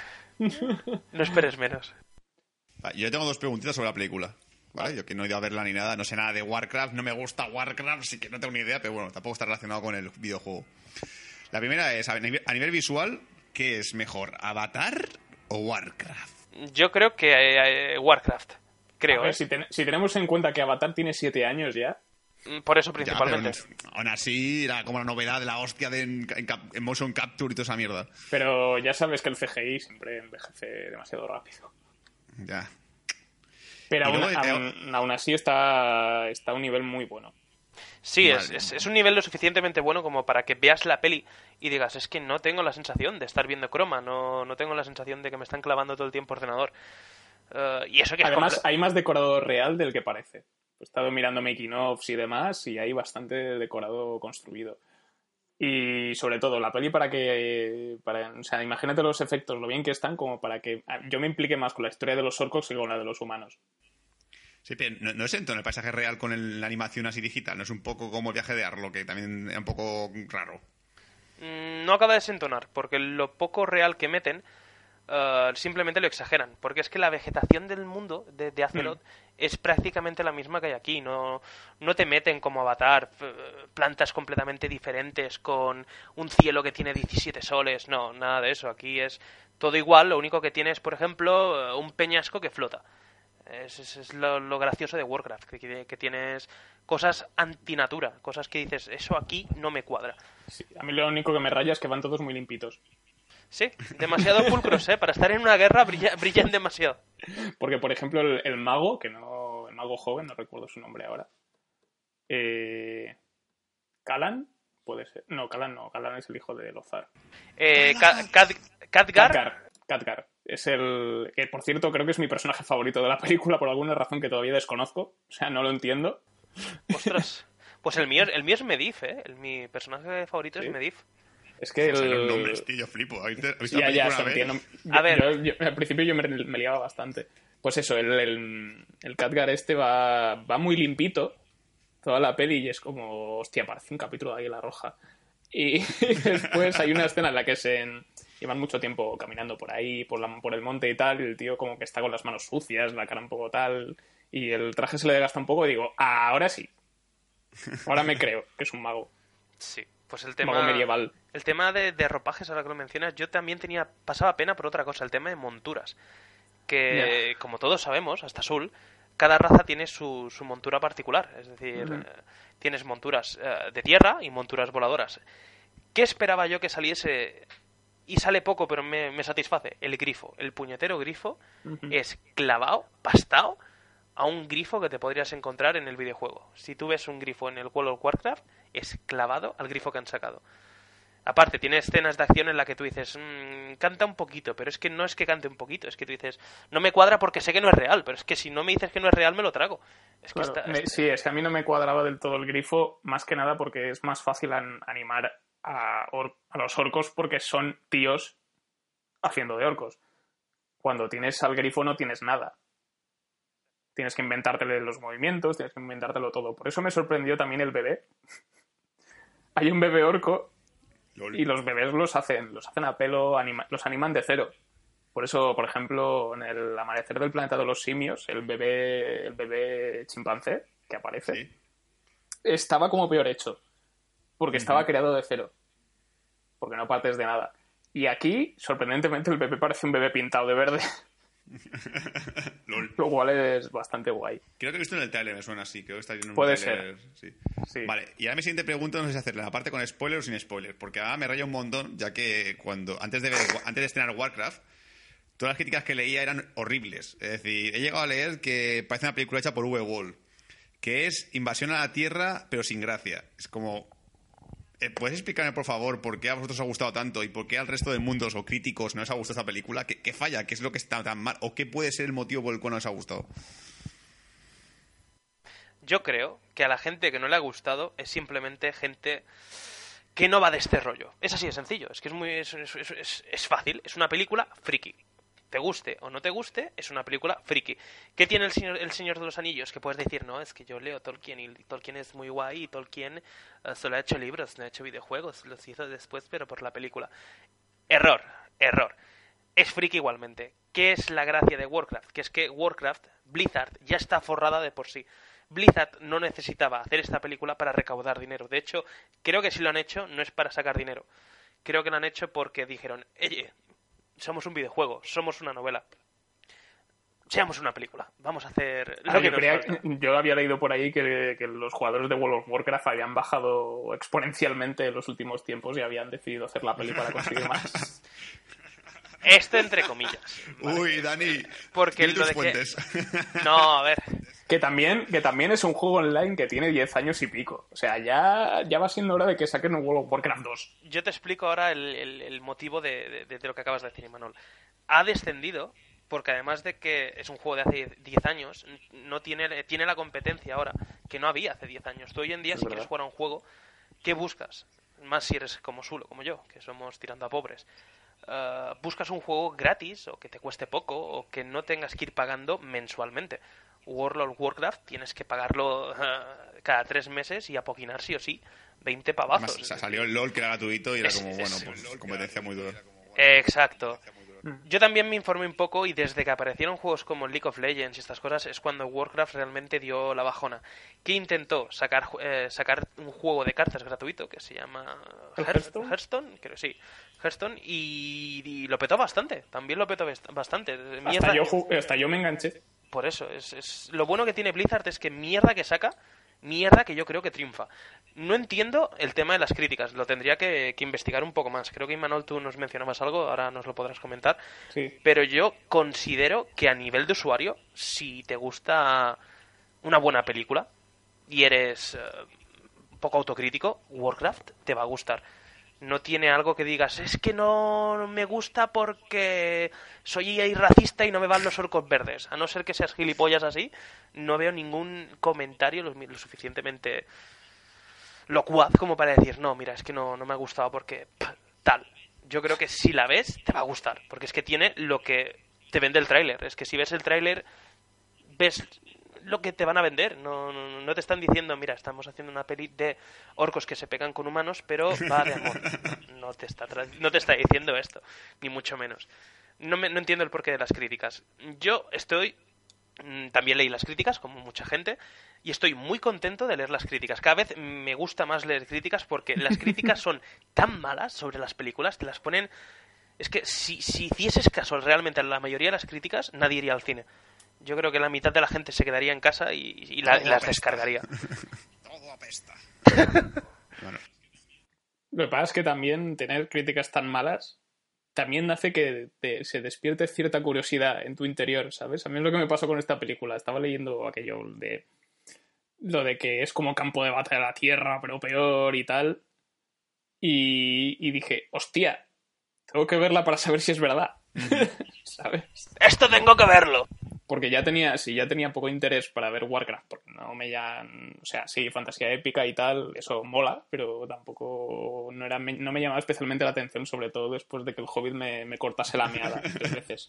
no esperes menos. Ah, Yo tengo dos preguntitas sobre la película. ¿Vale? Yo que no he ido a verla ni nada, no sé nada de Warcraft, no me gusta Warcraft, sí que no tengo ni idea, pero bueno, tampoco está relacionado con el videojuego. La primera es, a nivel, a nivel visual, ¿qué es mejor, Avatar o Warcraft? Yo creo que eh, Warcraft. Creo, A ver, ¿eh? si, ten- si tenemos en cuenta que Avatar tiene siete años ya, Por eso Ya, pero principalmente. aún así era como la novedad de la hostia de en, en cap- en motion capture y toda esa mierda. pero ya sabes que el C G I siempre envejece demasiado rápido. Ya. Pero Y aún, luego, aún- aún así está, está a un nivel muy bueno. Sí, es, Vale. es, es un nivel lo suficientemente bueno como para que veas la peli y digas, es que no tengo la sensación de estar viendo croma, no, no tengo la sensación de que me están clavando todo el tiempo ordenador. Eh, y eso que es Además, comple- hay más decorado real del que parece. He estado mirando making ofs y demás y hay bastante decorado construido. Y sobre todo, la peli para que... Para, o sea, imagínate los efectos, lo bien que están, como para que yo me implique más con la historia de los orcos que con la de los humanos. Sí, pero no, no es en el paisaje real con el- la animación así digital, no es un poco como el viaje de Arlo, que también era un poco raro. Mm, no acaba de desentonar, porque lo poco real que meten eh, simplemente lo exageran, porque es que la vegetación del mundo de, de Azeroth es prácticamente la misma que hay aquí, no, no te meten como Avatar f- plantas completamente diferentes con un cielo que tiene diecisiete soles, no, nada de eso, aquí es todo igual, lo único que tienes, por ejemplo, eh, un peñasco que flota. Es, es, es lo, lo gracioso de Warcraft, que, que, que tienes cosas antinatura, cosas que dices, eso aquí no me cuadra. Sí, a mí lo único que me raya es que van todos muy limpitos. Sí, demasiado pulcros, ¿eh? Para estar en una guerra brilla- brillan demasiado. Porque, por ejemplo, el, el mago, que no... El mago joven, no recuerdo su nombre ahora. Eh, Kalan, puede ser. No, Kalan no, Kalan es el hijo de Lothar. Eh, Ka- Kad- Khadgar. Khadgar, Khadgar. Es el que, por cierto, creo que es mi personaje favorito de la película por alguna razón que todavía desconozco. O sea, no lo entiendo. Ostras. Pues el mío, el mío es Medivh, ¿eh? El, mi personaje favorito ¿Sí? es Medivh. Es que O sea, los el... nombres, tío, yo flipo. ¿Has visto- has visto Ya, la ya, película eso una vez? entiendo. A ver. Yo- yo- al principio yo me, me liaba bastante. Pues eso, el, el, el Khadgar este va, va muy limpito toda la peli y es como, hostia, parece un capítulo de Águila Roja. Y, y después hay una escena en la que se en- llevan mucho tiempo caminando por ahí, por, la, por el monte y tal, y el tío como que está con las manos sucias, la cara un poco tal, y el traje se le desgasta un poco y digo, ah, ahora sí. Ahora me creo que es un mago. Sí. Pues el Un tema... mago medieval. El tema de, de ropajes, ahora que lo mencionas, yo también tenía pasaba pena por otra cosa, el tema de monturas. Que, Ya. como todos sabemos, hasta Azul, cada raza tiene su, su montura particular. Es decir, Ujú. eh, tienes monturas eh, de tierra y monturas voladoras. ¿Qué esperaba yo que saliese? Y sale poco, pero me, me satisface. El grifo, el puñetero grifo, Ujú. es clavado, pastado, a un grifo que te podrías encontrar en el videojuego. Si tú ves un grifo en el World of Warcraft, es clavado al grifo que han sacado. Aparte, tiene escenas de acción en la que tú dices, mmm, canta un poquito, pero es que no es que cante un poquito, es que tú dices, no me cuadra porque sé que no es real, pero es que si no me dices que no es real, me lo trago. Es que Claro, está- me- sí, es que a mí no me cuadraba del todo el grifo, más que nada porque es más fácil an- animar a, or- a los orcos porque son tíos haciendo de orcos. Cuando tienes al grifo no tienes nada. Tienes que inventártele los movimientos, tienes que inventártelo todo. Por eso me sorprendió también el bebé. Hay un bebé orco Lol. y los bebés los hacen, los hacen a pelo, anima- los animan de cero. Por eso, por ejemplo, en el amanecer del planeta de los simios, el bebé, el bebé chimpancé que aparece, Sí. estaba como peor hecho. Porque estaba creado de cero. Porque no partes de nada. Y aquí, sorprendentemente, el bebé parece un bebé pintado de verde. Lol. Lo cual es bastante guay. Creo que he visto en el trailer, me suena así. Creo que está en un Puede tráiler, sí. Sí. Vale, y ahora mi siguiente pregunta no sé si hacerla, la parte con spoiler o sin spoiler, porque ahora me raya un montón, ya que cuando antes de ver, antes de estrenar Warcraft, todas las críticas que leía eran horribles. Es decir, he llegado a leer que parece una película hecha por Uwe Boll, que es invasión a la Tierra, pero sin gracia. Es como... eh, ¿Puedes explicarme, por favor, por qué a vosotros os ha gustado tanto y por qué al resto de mundos o críticos no les ha gustado esta película? ¿Qué, qué falla? ¿Qué es lo que está tan mal? ¿O qué puede ser el motivo por el cual no les ha gustado? Yo creo que a la gente que no le ha gustado es simplemente gente que no va de este rollo. Es así de sencillo, es que es muy es, es, es, es fácil, es una película friki. Te guste o no te guste, es una película friki. ¿Qué tiene el señor, el señor de los Anillos? Que puedes decir, no, es que yo leo Tolkien y Tolkien es muy guay y Tolkien uh, solo ha hecho libros, no ha hecho videojuegos, los hizo después pero por la película. Error, error. Es friki igualmente. ¿Qué es la gracia de Warcraft? Que es que Warcraft, Blizzard, ya está forrada de por sí. Blizzard no necesitaba hacer esta película para recaudar dinero. De hecho, creo que si lo han hecho no es para sacar dinero. Creo que lo han hecho porque dijeron, oye, somos un videojuego, somos una novela. Seamos una película. Vamos a hacer lo Ah, que yo, nos creía- falta. yo había leído por ahí que, que los jugadores de World of Warcraft habían bajado exponencialmente en los últimos tiempos y habían decidido hacer la peli para conseguir más. Esto entre comillas. Uy, Dani, Porque dime lo tus de que- fuentes. No, a ver. Que también, que también es un juego online que tiene diez años y pico. O sea, ya, ya va siendo hora de que saquen un World of Warcraft dos. Yo te explico ahora el, el- el motivo de, de- de lo que acabas de decir, Imanol. Ha descendido porque además de que es un juego de hace diez años, no tiene, tiene la competencia ahora que no había hace diez años. Tú hoy en día, Es si verdad. quieres jugar a un juego, ¿qué buscas? Más si eres como Sulo, como yo, que somos tirando a pobres. Uh, buscas un juego gratis o que te cueste poco o que no tengas que ir pagando mensualmente. World of Warcraft tienes que pagarlo uh, cada tres meses y apoquinar sí o sí veinte pavazos. Además, sa- salió el LOL que era gratuito y era Es- como, es- bueno, pues competencia muy dura. Exacto. Yo también me informé un poco y desde que aparecieron juegos como League of Legends y estas cosas es cuando Warcraft realmente dio la bajona. Que intentó sacar eh, sacar un juego de cartas gratuito que se llama ¿El Hearth- Hearthstone? Hearthstone, creo sí, Hearthstone y, y lo petó bastante. También lo petó bast- bastante. Mierda- Hasta yo, ju- hasta yo me enganché. por eso, es, es lo bueno que tiene Blizzard es que mierda que saca, mierda que yo creo que triunfa. No entiendo el tema de las críticas, lo tendría que, que investigar un poco más. Creo que, Imanol, tú nos mencionabas algo, ahora nos lo podrás comentar. Sí. Pero yo considero que a nivel de usuario, si te gusta una buena película y eres eh, poco autocrítico, Warcraft te va a gustar. No tiene algo que digas, es que no me gusta porque soy ahí racista y no me van los orcos verdes. A no ser que seas gilipollas así, no veo ningún comentario lo, lo suficientemente locuaz como para decir, no, mira, es que no, no me ha gustado porque pff, tal. Yo creo que si la ves, te va a gustar, porque es que tiene lo que te vende el tráiler. Es que si ves el tráiler, ves lo que te van a vender. No, no, no te están diciendo, mira, estamos haciendo una peli de orcos que se pegan con humanos, pero va de amor. No te está, tra- no te está diciendo esto, ni mucho menos. No, me, no entiendo el porqué de las críticas. Yo estoy... También leí las críticas, como mucha gente, y estoy muy contento de leer las críticas. Cada vez me gusta más leer críticas porque las críticas son tan malas sobre las películas, te las ponen... Es que si, si hicieses caso realmente a la mayoría de las críticas, nadie iría al cine. Yo creo que la mitad de la gente se quedaría en casa y, y la, las descargaría. Todo apesta. Bueno. Lo que pasa es que también tener críticas tan malas también hace que te, se despierte cierta curiosidad en tu interior, ¿sabes? A mí es lo que me pasó con esta película. Estaba leyendo aquello de... Lo de que es como campo de batalla de la Tierra, pero peor y tal. Y, y dije, hostia, tengo que verla para saber si es verdad. ¿Sabes? ¡Esto tengo que verlo! Porque ya tenía, sí, ya tenía poco interés para ver Warcraft, porque no me llaman, o sea, sí, fantasía épica y tal, eso mola, pero tampoco no era, no me llamaba especialmente la atención, sobre todo después de que el Hobbit me, me cortase la meada tres veces.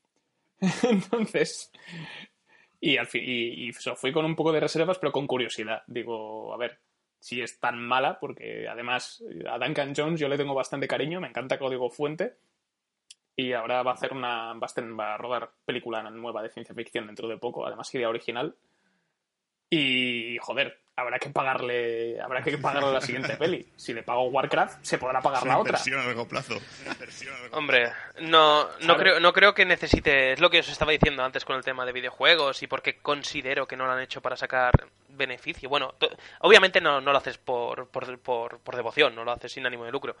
Entonces, y al fin, y, y eso, fui con un poco de reservas, pero con curiosidad. Digo, a ver, si es tan mala, porque además a Duncan Jones yo le tengo bastante cariño, me encanta Código Fuente. Y ahora va a hacer una. Va a, hacer, va a rodar película nueva de ciencia ficción dentro de poco, además idea original. Y joder, habrá que pagarle. Habrá que pagarle la siguiente peli. Si le pago Warcraft, se podrá pagar la otra. Inversión a largo plazo. Inversión a largo Hombre, no, no creo, no creo que necesite. Es lo que os estaba diciendo antes con el tema de videojuegos y porque considero que no lo han hecho para sacar beneficio. Bueno, to- obviamente no, no lo haces por, por, por, por devoción, no lo haces sin ánimo de lucro.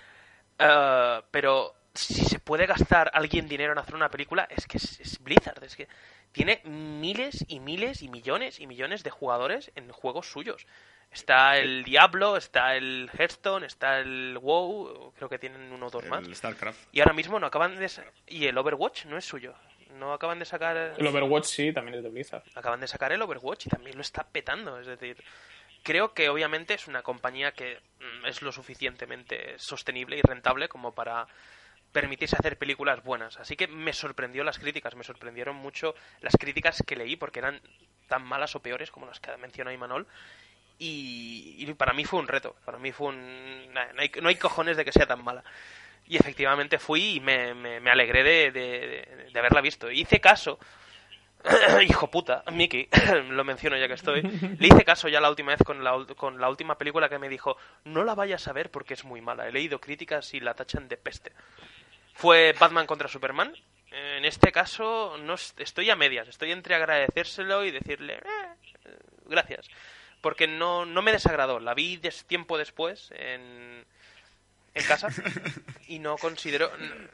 Uh, pero si se puede gastar alguien dinero en hacer una película, es que es, es Blizzard, es que tiene miles y miles y millones y millones de jugadores en juegos suyos. Está el Diablo, está el Hearthstone, está el WoW, creo que tienen uno o dos más. El StarCraft. Y ahora mismo no acaban de... sa- Y el Overwatch no es suyo. No acaban de sacar... El Overwatch sí, también es de Blizzard. Acaban de sacar el Overwatch y también lo está petando, es decir... Creo que obviamente es una compañía que mm, es lo suficientemente sostenible y rentable como para permitirse hacer películas buenas. Así que me sorprendió las críticas, me sorprendieron mucho las críticas que leí porque eran tan malas o peores como las que mencionó Imanol. Y, y para mí fue un reto, para mí fue un... nah, no, hay, no hay cojones de que sea tan mala. Y efectivamente fui y me, me, me alegré de, de, de haberla visto. Hice caso... Hijo puta, Mickey, lo menciono ya que estoy. Le hice caso ya la última vez con la, con la última película que me dijo: no la vayas a ver porque es muy mala. He leído críticas y la tachan de peste. Fue Batman contra Superman. En este caso no estoy a medias. Estoy entre agradecérselo y decirle eh, gracias. Porque no, no me desagradó. La vi des, tiempo después en... en casa y no considero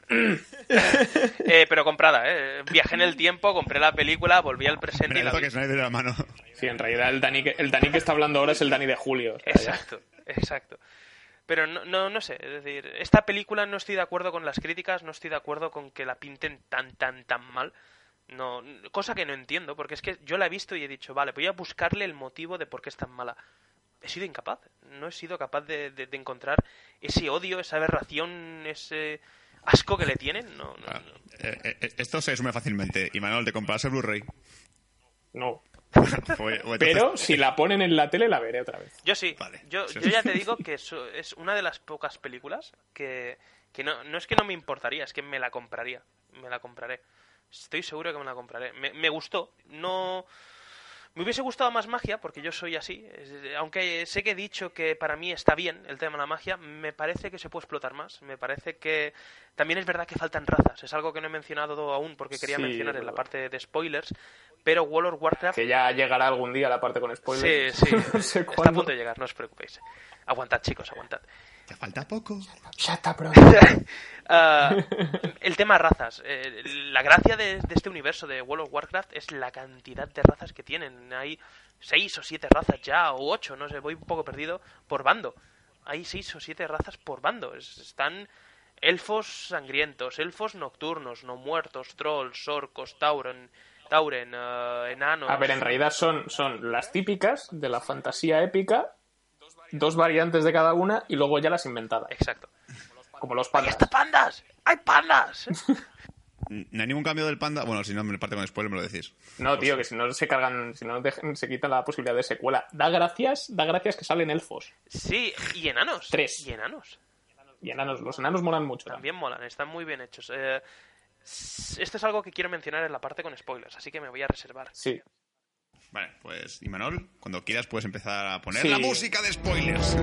eh, pero comprada, eh viajé en el tiempo, compré la película, volví al presente y la vi. Que Snyder de la mano. Sí, en realidad el Dani, que, el Dani que está hablando ahora es el Dani de Julio. O sea, Exacto, exacto. Pero no, no, no sé, es decir, esta película no estoy de acuerdo con las críticas, no estoy de acuerdo con que la pinten tan, tan, tan mal. No, cosa que no entiendo, porque es que yo la he visto y he dicho, vale, voy a buscarle el motivo de por qué es tan mala. He sido incapaz, no he sido capaz de, de, de encontrar ese odio, esa aberración, ese asco que le tienen. No, no, Ah, no. eh, eh, esto se resume fácilmente. Imanol, ¿te compras el Blu-ray? no. O- o entonces- Pero si la ponen en la tele la veré otra vez. Yo sí, Vale. yo, Sí. yo ya te digo que eso es una de las pocas películas que, que no, no es que no me importaría, es que me la compraría, me la compraré. Estoy seguro que me la compraré. Me, me gustó, no... Me hubiese gustado más magia, porque yo soy así. Es- Aunque sé que he dicho que para mí está bien el tema de la magia, me parece que se puede explotar más. Me parece que también es verdad que faltan razas. Es algo que no he mencionado aún porque quería Sí, mencionar es en la verdad. parte de spoilers. Pero World of Warcraft... Que ya llegará algún día la parte con spoilers. Sí, sí. No sé Está a cuándo. punto de llegar, no os preocupéis. Aguantad, chicos, aguantad. Te falta poco. Shut up, bro. Ah, el tema razas. Eh, la gracia de, de este universo de World of Warcraft es la cantidad de razas que tienen. Hay seis o siete razas ya, o ocho, no sé, voy un poco perdido, por bando. Hay seis o siete razas por bando. Es- Están elfos sangrientos, elfos nocturnos, no muertos, trolls, orcos, tauren, tauren eh, enanos... A ver, en realidad son, son las típicas de la fantasía épica, dos variantes de cada una y luego ya las inventadas. Exacto. Como los ¡Hay pandas. hasta pandas! ¡Hay pandas! ¿No hay ningún cambio del panda? Bueno, si no me parte con spoiler me lo decís. No, tío, que si no se cargan, si no dejan- se quita la posibilidad de secuela. Da gracias, da gracias que salen elfos. Sí, y enanos. Tres. Y enanos. Y enanos, los enanos molan mucho. También molan, están muy bien hechos. Eh, s- esto es algo que quiero mencionar en la parte con spoilers, así que me voy a reservar. Sí. Vale, pues Imanol, cuando quieras puedes empezar a poner Sí. la música de spoilers.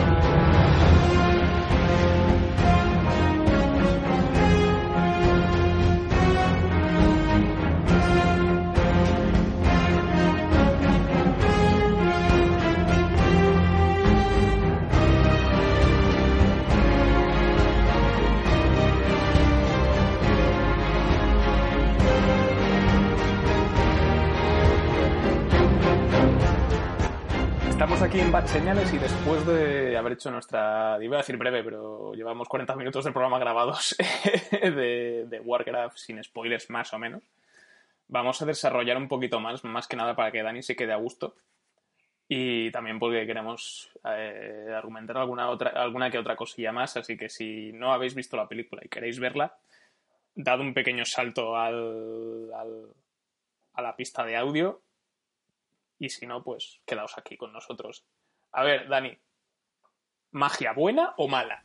Estamos aquí en Bad Señales y después de haber hecho nuestra, iba a decir breve, pero llevamos cuarenta minutos del programa grabados de, de Warcraft sin spoilers más o menos. Vamos a desarrollar un poquito más, más que nada para que Dani se quede a gusto. Y también porque queremos eh, argumentar alguna, otra, alguna que otra cosilla más, así que si no habéis visto la película y queréis verla, dad un pequeño salto al, al, a la pista de audio. Y si no, pues quedaos aquí con nosotros. A ver, Dani, ¿magia buena o mala?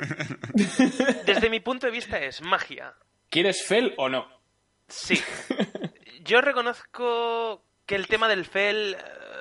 Desde mi punto de vista es magia. ¿Quieres Fel o no? Sí. Yo reconozco que el tema del Fel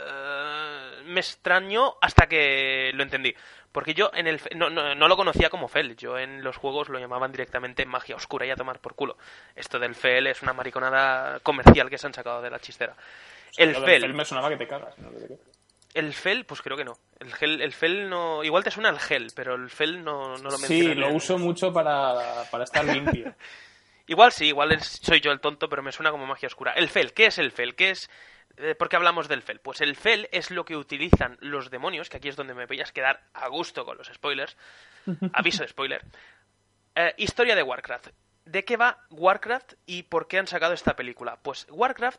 eh, me extrañó hasta que lo entendí. Porque yo en el no, no, no lo conocía como Fel. Yo en los juegos lo llamaban directamente magia oscura y a tomar por culo. Esto del Fel es una mariconada comercial que se han sacado de la chistera. El Lo del Fel. Fel me sonaba que te cagas. No sé de qué. El Fel, pues creo que no. El gel, el Fel no... Igual te suena el gel, pero el Fel no, no lo Sí, mencionaría. lo uso mucho para, para estar limpio. Igual sí, igual es- soy yo el tonto, pero me suena como magia oscura. El Fel, ¿qué es el Fel? ¿Qué es...? Eh, ¿Por qué hablamos del Fel? Pues el Fel es lo que utilizan los demonios, que aquí es donde me voy a quedar a gusto con los spoilers. Aviso de spoiler. Eh, historia de Warcraft. ¿De qué va Warcraft y por qué han sacado esta película? Pues Warcraft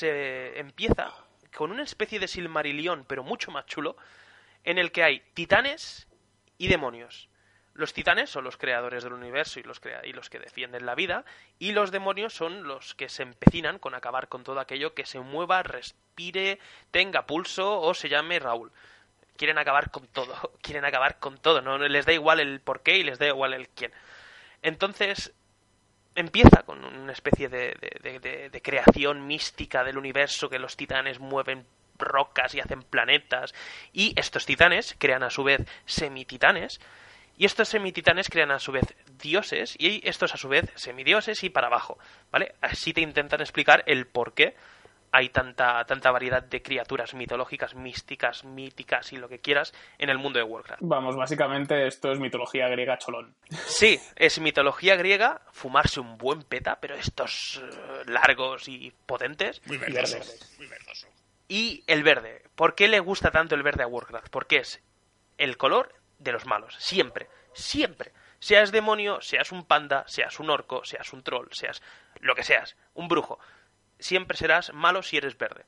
se empieza con una especie de Silmarillion, pero mucho más chulo, en el que hay titanes y demonios. Los titanes son los creadores del universo y los, crea- y los que defienden la vida, y los demonios son los que se empecinan con acabar con todo aquello que se mueva, respire, tenga pulso o se llame Raúl. Quieren acabar con todo, quieren acabar con todo, no les da igual el por qué y les da igual el quién. Entonces empieza con una especie de, de, de, de, de creación mística del universo, que los titanes mueven rocas y hacen planetas, y estos titanes crean a su vez semititanes, y estos semititanes crean a su vez dioses, y estos a su vez semidioses, y para abajo, ¿vale? Así te intentan explicar el por qué hay tanta, tanta variedad de criaturas mitológicas, místicas, míticas y lo que quieras en el mundo de Warcraft. Vamos, básicamente esto es mitología griega cholón. Sí, es mitología griega, fumarse un buen peta, pero estos eh, largos y potentes. Muy Y verdoso. verdes. Muy verdoso. Y el verde. ¿Por qué le gusta tanto el verde a Warcraft? Porque es el color de los malos. Siempre. Siempre. Seas demonio, seas un panda, seas un orco, seas un troll, seas lo que seas. Un brujo. Siempre serás malo si eres verde.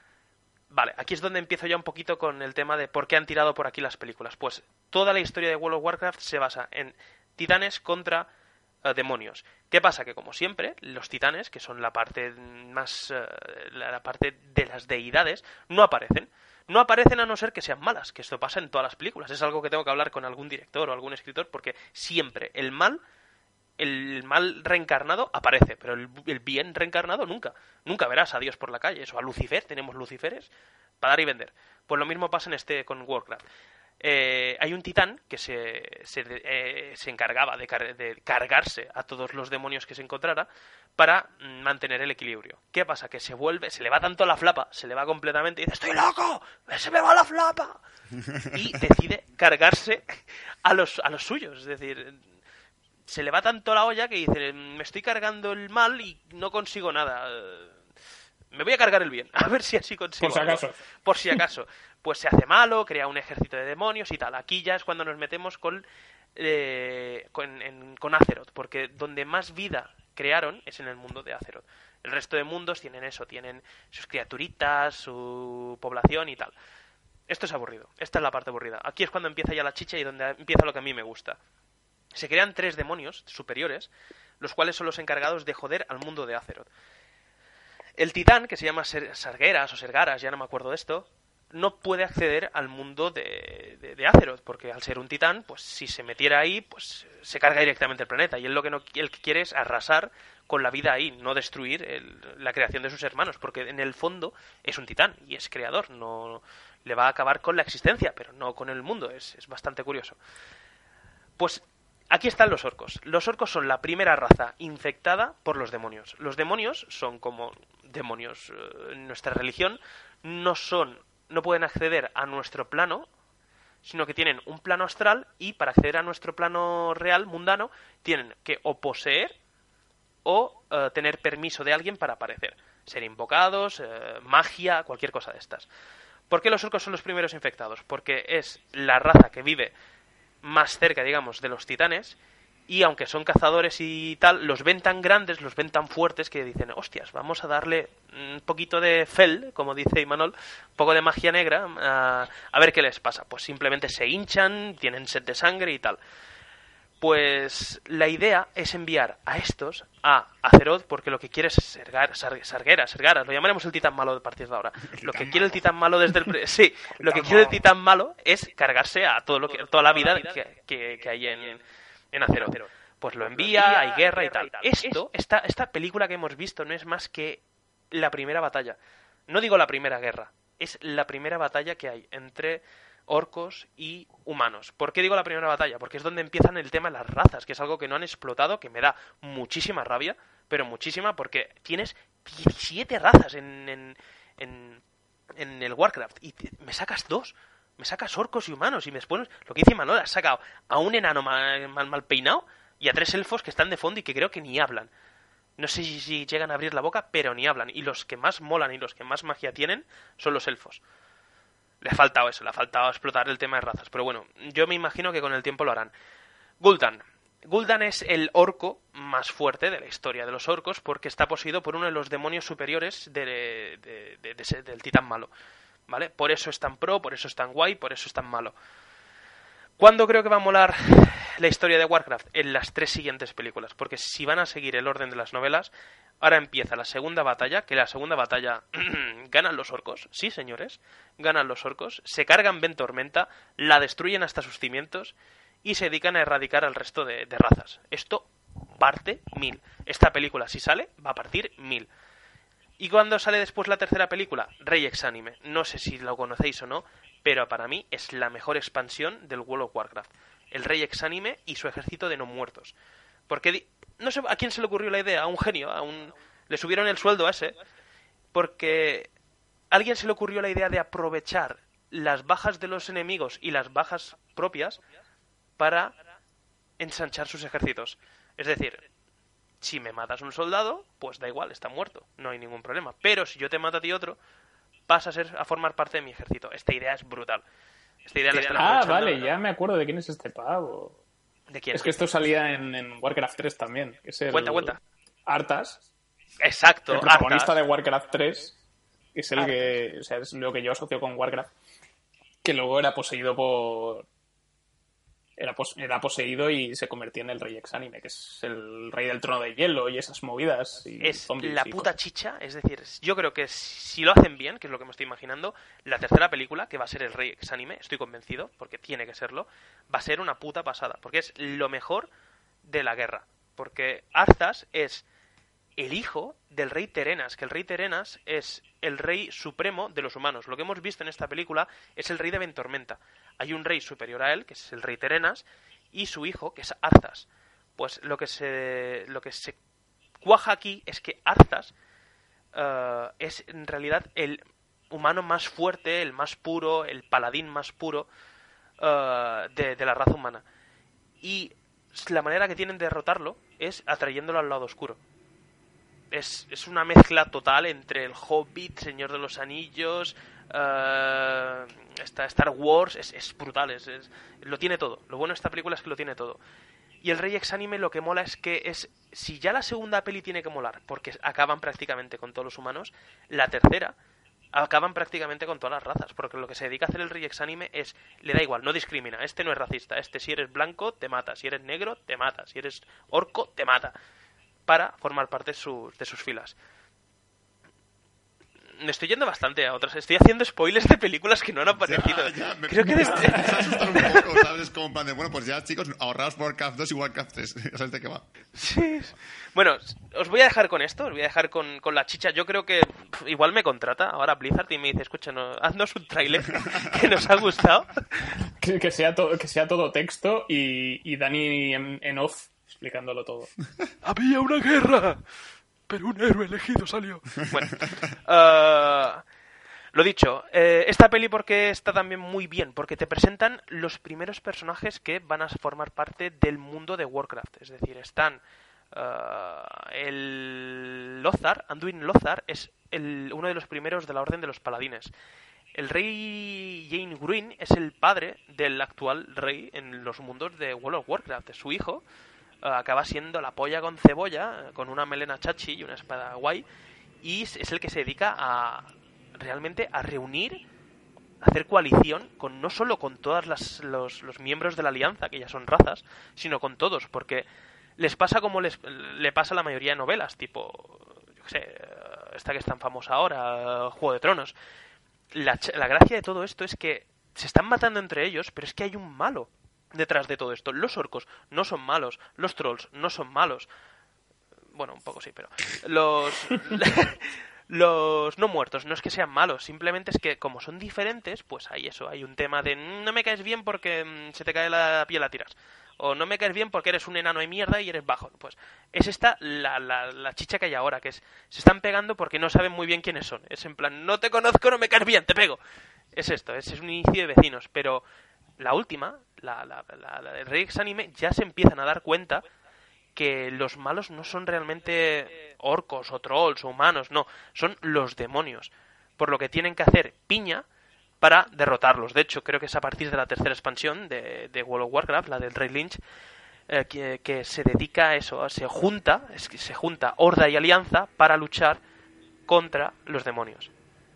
Vale, aquí es donde empiezo ya un poquito con el tema de por qué han tirado por aquí las películas. Pues toda la historia de World of Warcraft se basa en titanes contra uh, demonios. ¿Qué pasa? Que como siempre, los titanes, que son la parte más... Uh, la, la parte de las deidades, no aparecen. No aparecen a no ser que sean malas, que esto pasa en todas las películas. Es algo que tengo que hablar con algún director o algún escritor, porque siempre el mal... El mal reencarnado aparece, pero el, el bien reencarnado nunca. Nunca verás a Dios por la calle. Eso, a Lucifer, tenemos Luciferes para dar y vender. Pues lo mismo pasa en este con Warcraft. Eh, hay un titán que se, se, eh, se encargaba de, car de cargarse a todos los demonios que se encontrara para mantener el equilibrio. ¿Qué pasa? Que se vuelve, se le va tanto la flapa, se le va completamente y dice, ¡estoy loco! ¡Se me va la flapa! Y decide cargarse a los, a los suyos. Es decir... Se le va tanto la olla que dice, me estoy cargando el mal y no consigo nada. me voy a cargar el bien, a ver si así consigo. Por si acaso. Algo. Por si acaso. Pues se hace malo, crea un ejército de demonios y tal. Aquí ya es cuando nos metemos con, eh, con, en, con Azeroth, porque donde más vida crearon es en el mundo de Azeroth. El resto de mundos tienen eso, tienen sus criaturitas, su población y tal. Esto es aburrido, esta es la parte aburrida. Aquí es cuando empieza ya la chicha y donde empieza lo que a mí me gusta. Se crean tres demonios superiores, los cuales son los encargados de joder al mundo de Azeroth. El titán, que se llama Ser- Sargeras o Sergaras, ya no me acuerdo de esto, no puede acceder al mundo de, de, de Azeroth, porque al ser un titán, pues si se metiera ahí, pues se carga directamente el planeta, y él lo que no él quiere es arrasar con la vida ahí, no destruir el, la creación de sus hermanos, porque en el fondo es un titán y es creador, no le va a acabar con la existencia, pero no con el mundo, es, es bastante curioso. Pues aquí están los orcos. Los orcos son la primera raza infectada por los demonios. Los demonios son como demonios eh, en nuestra religión, no son, no pueden acceder a nuestro plano, sino que tienen un plano astral y para acceder a nuestro plano real, mundano, tienen que o poseer o eh, tener permiso de alguien para aparecer. Ser invocados, eh, magia, cualquier cosa de estas. ¿Por qué los orcos son los primeros infectados? Porque es la raza que vive más cerca, digamos, de los titanes, y aunque son cazadores y tal, los ven tan grandes, los ven tan fuertes que dicen, hostias, vamos a darle un poquito de fel, como dice Imanol, un poco de magia negra, a, a ver qué les pasa. Pues simplemente se hinchan, tienen sed de sangre y tal. Pues la idea es enviar a estos a Azeroth, porque lo que quiere es Sergar, Sar, Sargeras, Sergaras, lo llamaremos el titán malo a partir de ahora. Lo que quiere el titán malo desde el... Pre sí, lo que quiere el titán malo es cargarse a todo lo que, toda la vida que, que, que hay en, en Azeroth. Pues lo envía, hay guerra y tal. Esto, esta, esta película que hemos visto no es más que la primera batalla. No digo la primera guerra, es la primera batalla que hay entre orcos y humanos. ¿Por qué digo la primera batalla? Porque es donde empiezan el tema de las razas, que es algo que no han explotado, que me da muchísima rabia, pero muchísima, porque tienes diecisiete razas en, en, en, en el Warcraft y te, me sacas dos, me sacas orcos y humanos y me pones, lo que dice Manuel, has sacado a un enano mal, mal, mal peinado y a tres elfos que están de fondo y que creo que ni hablan. No sé si, si llegan a abrir la boca, pero ni hablan. Y los que más molan y los que más magia tienen son los elfos. Le ha faltado eso, le ha faltado explotar el tema de razas. Pero bueno, yo me imagino que con el tiempo lo harán. Gul'dan. Gul'dan es el orco más fuerte de la historia de los orcos porque está poseído por uno de los demonios superiores de, de, de, de, de, del titán malo. ¿Vale? Por eso es tan pro, por eso es tan guay, por eso es tan malo. ¿Cuándo creo que va a molar la historia de Warcraft? En las tres siguientes películas. Porque si van a seguir el orden de las novelas, ahora empieza la segunda batalla, que la segunda batalla ganan los orcos, sí señores, ganan los orcos, se cargan Ventormenta, la destruyen hasta sus cimientos y se dedican a erradicar al resto de, de razas. Esto parte mil. Esta película, si sale, va a partir mil. ¿Y cuándo sale después la tercera película? Rey Exánime. No sé si lo conocéis o no, pero para mí es la mejor expansión del World of Warcraft. El Rey Exánime y su ejército de no muertos. Porque no sé a quién se le ocurrió la idea, a un genio, a un le subieron el sueldo a ese, porque a alguien se le ocurrió la idea de aprovechar las bajas de los enemigos y las bajas propias para ensanchar sus ejércitos. Es decir, si me matas un soldado, pues da igual, está muerto, no hay ningún problema. Pero si yo te mato a ti otro, vas a ser a formar parte de mi ejército. Esta idea es brutal. Esta idea la están Ah, aprovechando. vale, ya me acuerdo de quién es este pavo. ¿De quién? Es que esto salía en, en Warcraft tres también. Que es el Cuenta, cuenta. Arthas, Exacto, el protagonista Arthas. de Warcraft tres, que es el que, o sea, es lo que yo asocio con Warcraft, que luego era poseído por... Era, pos... era poseído y se convertía en el Rey Exánime, que es el rey del trono de hielo y esas movidas. Y Es zombies la y puta cosas. chicha, es decir, yo creo que si lo hacen bien, que es lo que me estoy imaginando, la tercera película, que va a ser el Rey Exánime, estoy convencido, porque tiene que serlo, va a ser una puta pasada, porque es lo mejor de la guerra. Porque Arthas es el hijo del rey Terenas, que el rey Terenas es el rey supremo de los humanos. Lo que hemos visto en esta película es el rey de Ventormenta. Hay un rey superior a él, que es el rey Terenas, y su hijo, que es Arthas. Pues lo que se, lo que se cuaja aquí es que Arthas uh, es en realidad el humano más fuerte, el más puro, el paladín más puro uh, de, de la raza humana. Y la manera que tienen de derrotarlo es atrayéndolo al lado oscuro. es, es una mezcla total entre el Hobbit, Señor de los Anillos, uh, esta Star Wars, es, es brutal, es, es, lo tiene todo. Lo bueno de esta película es que lo tiene todo. Y el Rey Exánime lo que mola es que es, si ya la segunda peli tiene que molar, porque acaban prácticamente con todos los humanos, la tercera acaban prácticamente con todas las razas, porque lo que se dedica a hacer el Rey Exánime es, le da igual, no discrimina, este no es racista, este si eres blanco te mata, si eres negro te mata, si eres orco te mata, para formar parte de, su, de sus filas. Me estoy yendo bastante a otras. Estoy haciendo spoilers de películas que no han aparecido. Ya, ya, me, Creo que me, desde... me asustan un poco, ¿sabes? Como en plan de, bueno, pues ya, chicos, ahorraos por Warcraft dos y Warcraft tres. Ya sabes de qué va. Sí. Bueno, os voy a dejar con esto, os voy a dejar con, con la chicha. Yo creo que pff, igual me contrata ahora Blizzard y me dice, escucha, no, haznos un tráiler que nos ha gustado. Que, que, sea to- que sea todo texto y, y Dani en, en off explicándolo todo. Había una guerra, pero un héroe elegido salió. Bueno, uh, lo dicho, eh, esta peli porque está también muy bien, porque te presentan los primeros personajes que van a formar parte del mundo de Warcraft. Es decir, están uh, el Lothar, Anduin Lothar, es el, uno de los primeros de la Orden de los Paladines. El rey Jain Gruin es el padre del actual rey en los mundos de World of Warcraft. Su hijo uh, acaba siendo la polla con cebolla, con una melena chachi y una espada guay, y es el que se dedica a realmente a reunir, a hacer coalición con no solo con todos los, los miembros de la alianza, que ya son razas, sino con todos, porque les pasa como les, le pasa a la mayoría de novelas, tipo, yo qué sé, esta que es tan famosa ahora, Juego de Tronos. La, la gracia de todo esto es que se están matando entre ellos, pero es que hay un malo detrás de todo esto. Los orcos no son malos, los trolls no son malos. Bueno, un poco sí, pero... Los... Los no muertos no es que sean malos, simplemente es que como son diferentes, pues hay eso, hay un tema de no me caes bien porque se te cae la piel a tiras, o no me caes bien porque eres un enano de mierda y eres bajo. Pues es esta la, la, la chicha que hay ahora, que es se están pegando porque no saben muy bien quiénes son. Es en plan, no te conozco, no me caes bien, te pego. Es esto, es, es un inicio de vecinos, pero la última, la, la, la, la del Rey Exánime, ya se empiezan a dar cuenta que los malos no son realmente orcos o trolls o humanos, no, son los demonios, por lo que tienen que hacer piña para derrotarlos. De hecho, creo que es a partir de la tercera expansión de, de World of Warcraft, la del Rey Lynch, eh, que, que se dedica a eso, se junta, es que se junta horda y alianza para luchar contra los demonios.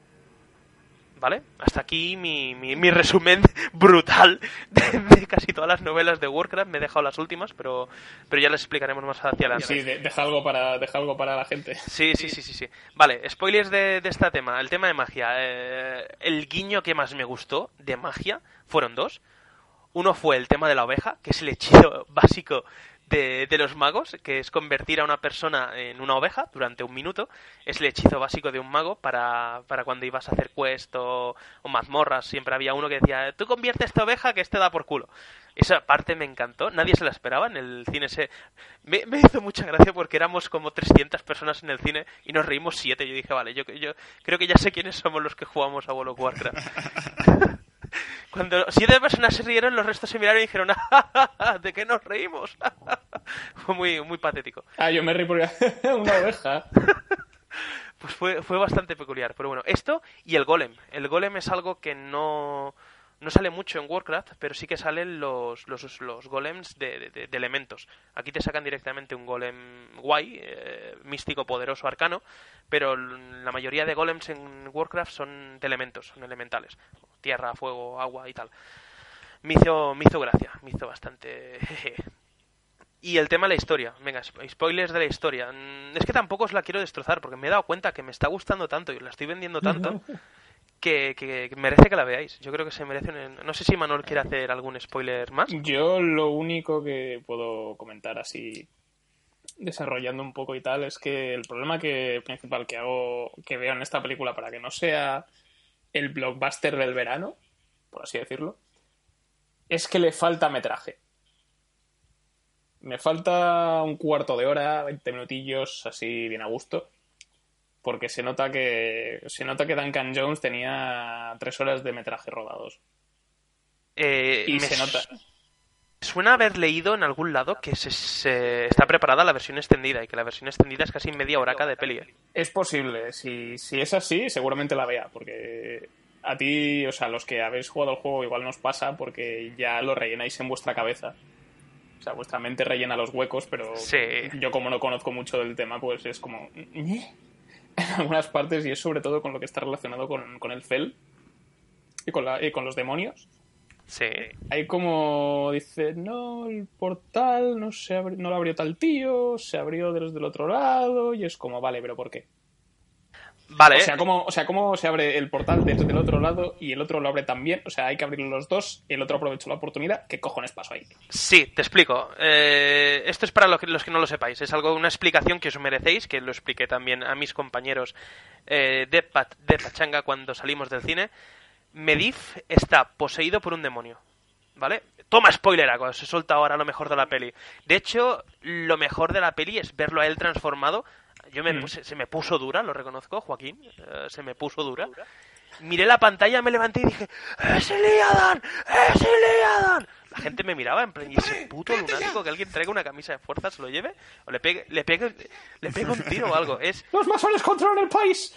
¿Vale? Hasta aquí mi, mi, mi resumen brutal de, de casi todas las novelas de Warcraft. Me he dejado las últimas, pero, pero ya les explicaremos más hacia adelante. Sí, de, deja algo para deja algo para la gente. Sí, sí, sí, sí, sí. Vale, spoilers de, de este tema. El tema de magia. Eh, el guiño que más me gustó de magia fueron dos. Uno fue el tema de la oveja, que es el hechizo básico de, de los magos, que es convertir a una persona en una oveja durante un minuto. Es el hechizo básico de un mago para, para cuando ibas a hacer quest o, o mazmorras. Siempre había uno que decía, tú convierte esta oveja que este da por culo. Esa parte me encantó, nadie se la esperaba en el cine. Se... Me, me hizo mucha gracia porque éramos como trescientas personas en el cine y nos reímos siete. Yo dije, vale, yo, yo creo que ya sé quiénes somos los que jugamos a World of Warcraft. Cuando siete personas se rieron, los restos se miraron y dijeron, ¡ah, ja, ja, ¿de qué nos reímos? Fue muy, muy patético. Ah, yo me reí porque una oveja. Pues fue, fue bastante peculiar. Pero bueno, esto y el golem. El golem es algo que no, no sale mucho en Warcraft, pero sí que salen los, los, los golems de, de, de elementos. Aquí te sacan directamente un golem guay, eh, místico, poderoso, arcano, pero la mayoría de golems en Warcraft son de elementos, son elementales. Tierra, fuego, agua y tal. Me hizo, me hizo gracia, me hizo bastante... Y el tema de la historia. Venga, spoilers de la historia. Es que tampoco os la quiero destrozar, porque me he dado cuenta que me está gustando tanto y la estoy vendiendo tanto que, que merece que la veáis. Yo creo que se merece un... No sé si Manuel quiere hacer algún spoiler más. Yo lo único que puedo comentar así, desarrollando un poco y tal, es que el problema que principal que hago, que veo en esta película, para que no sea el blockbuster del verano, por así decirlo, es que le falta metraje. Me falta un cuarto de hora, veinte minutillos, así bien a gusto, porque se nota que se nota que Duncan Jones tenía tres horas de metraje rodados. Eh, y me se nota... Suena haber leído en algún lado que se, se está preparada la versión extendida y que la versión extendida es casi media horaca de peli. Es posible. Si, si es así, seguramente la vea, porque a ti, o sea, los que habéis jugado el juego igual nos pasa porque ya lo rellenáis en vuestra cabeza. O sea, vuestra mente rellena los huecos, pero sí. Yo como no conozco mucho del tema, pues es como... en algunas partes, y es sobre todo con lo que está relacionado con, con el Fel y con, la, y con los demonios. Sí. Hay como... Dice, no, el portal no, se abri- no lo abrió tal tío, se abrió desde el otro lado, y es como, vale, pero ¿por qué? Vale. O sea, ¿cómo, o sea, ¿cómo se abre el portal desde el otro lado y el otro lo abre también? O sea, hay que abrirlo los dos, el otro aprovechó la oportunidad. ¿Qué cojones pasó ahí? Sí, te explico. Eh, esto es para los que, los que no lo sepáis. Es algo, una explicación que os merecéis, que lo expliqué también a mis compañeros eh, de, pa- de Pachanga cuando salimos del cine. Medivh está poseído por un demonio, ¿vale? Toma spoiler, os he soltado ahora lo mejor de la peli. De hecho, lo mejor de la peli es verlo a él transformado. Yo me puse, se me puso dura, lo reconozco, Joaquín, eh, se me puso dura. Miré la pantalla, me levanté y dije, ¡es Illiadan! ¡Es Illiadan! La gente me miraba en plan, ¿y ese puto lunático que alguien traiga una camisa de fuerza se lo lleve? O le pegue, le pegue, le pegue un tiro o algo. Es... ¡Los masones controlan el país!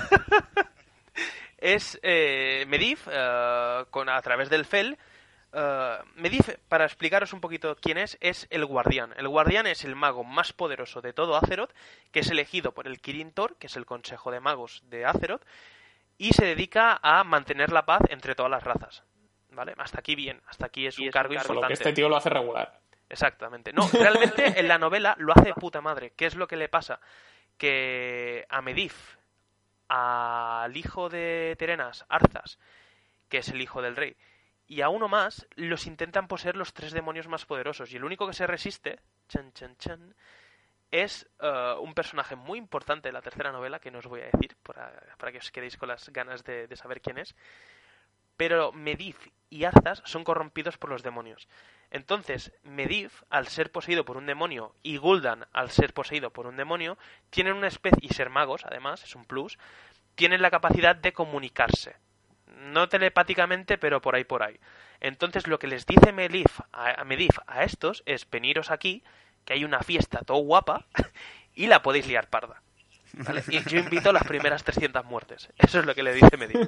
es eh, Medivh, uh, con, a través del Fel. Uh, Medivh, para explicaros un poquito quién es, es el Guardián. El Guardián es el mago más poderoso de todo Azeroth, que es elegido por el Kirin Tor, que es el consejo de magos de Azeroth, y se dedica a mantener la paz entre todas las razas. ¿Vale? Hasta aquí bien, hasta aquí es un cargo importante. Solo que este tío lo hace regular. Exactamente. No, realmente en la novela lo hace de puta madre. ¿Qué es lo que le pasa? Que a Medivh, al hijo de Terenas, Arthas, que es el hijo del rey, y a uno más, los intentan poseer los tres demonios más poderosos. Y el único que se resiste, chan, chan, chan, es uh, un personaje muy importante de la tercera novela, que no os voy a decir, para, para que os quedéis con las ganas de, de saber quién es. Pero Medivh y Arthas son corrompidos por los demonios. Entonces, Medivh, al ser poseído por un demonio, y Gul'dan, al ser poseído por un demonio, tienen una especie, y ser magos, además, es un plus, tienen la capacidad de comunicarse. No telepáticamente, pero por ahí por ahí. Entonces lo que les dice Medivh a, a Medivh a estos es veniros aquí, que hay una fiesta todo guapa y la podéis liar parda. ¿Vale? Y yo invito a las primeras trescientas muertes. Eso es lo que le dice Medivh.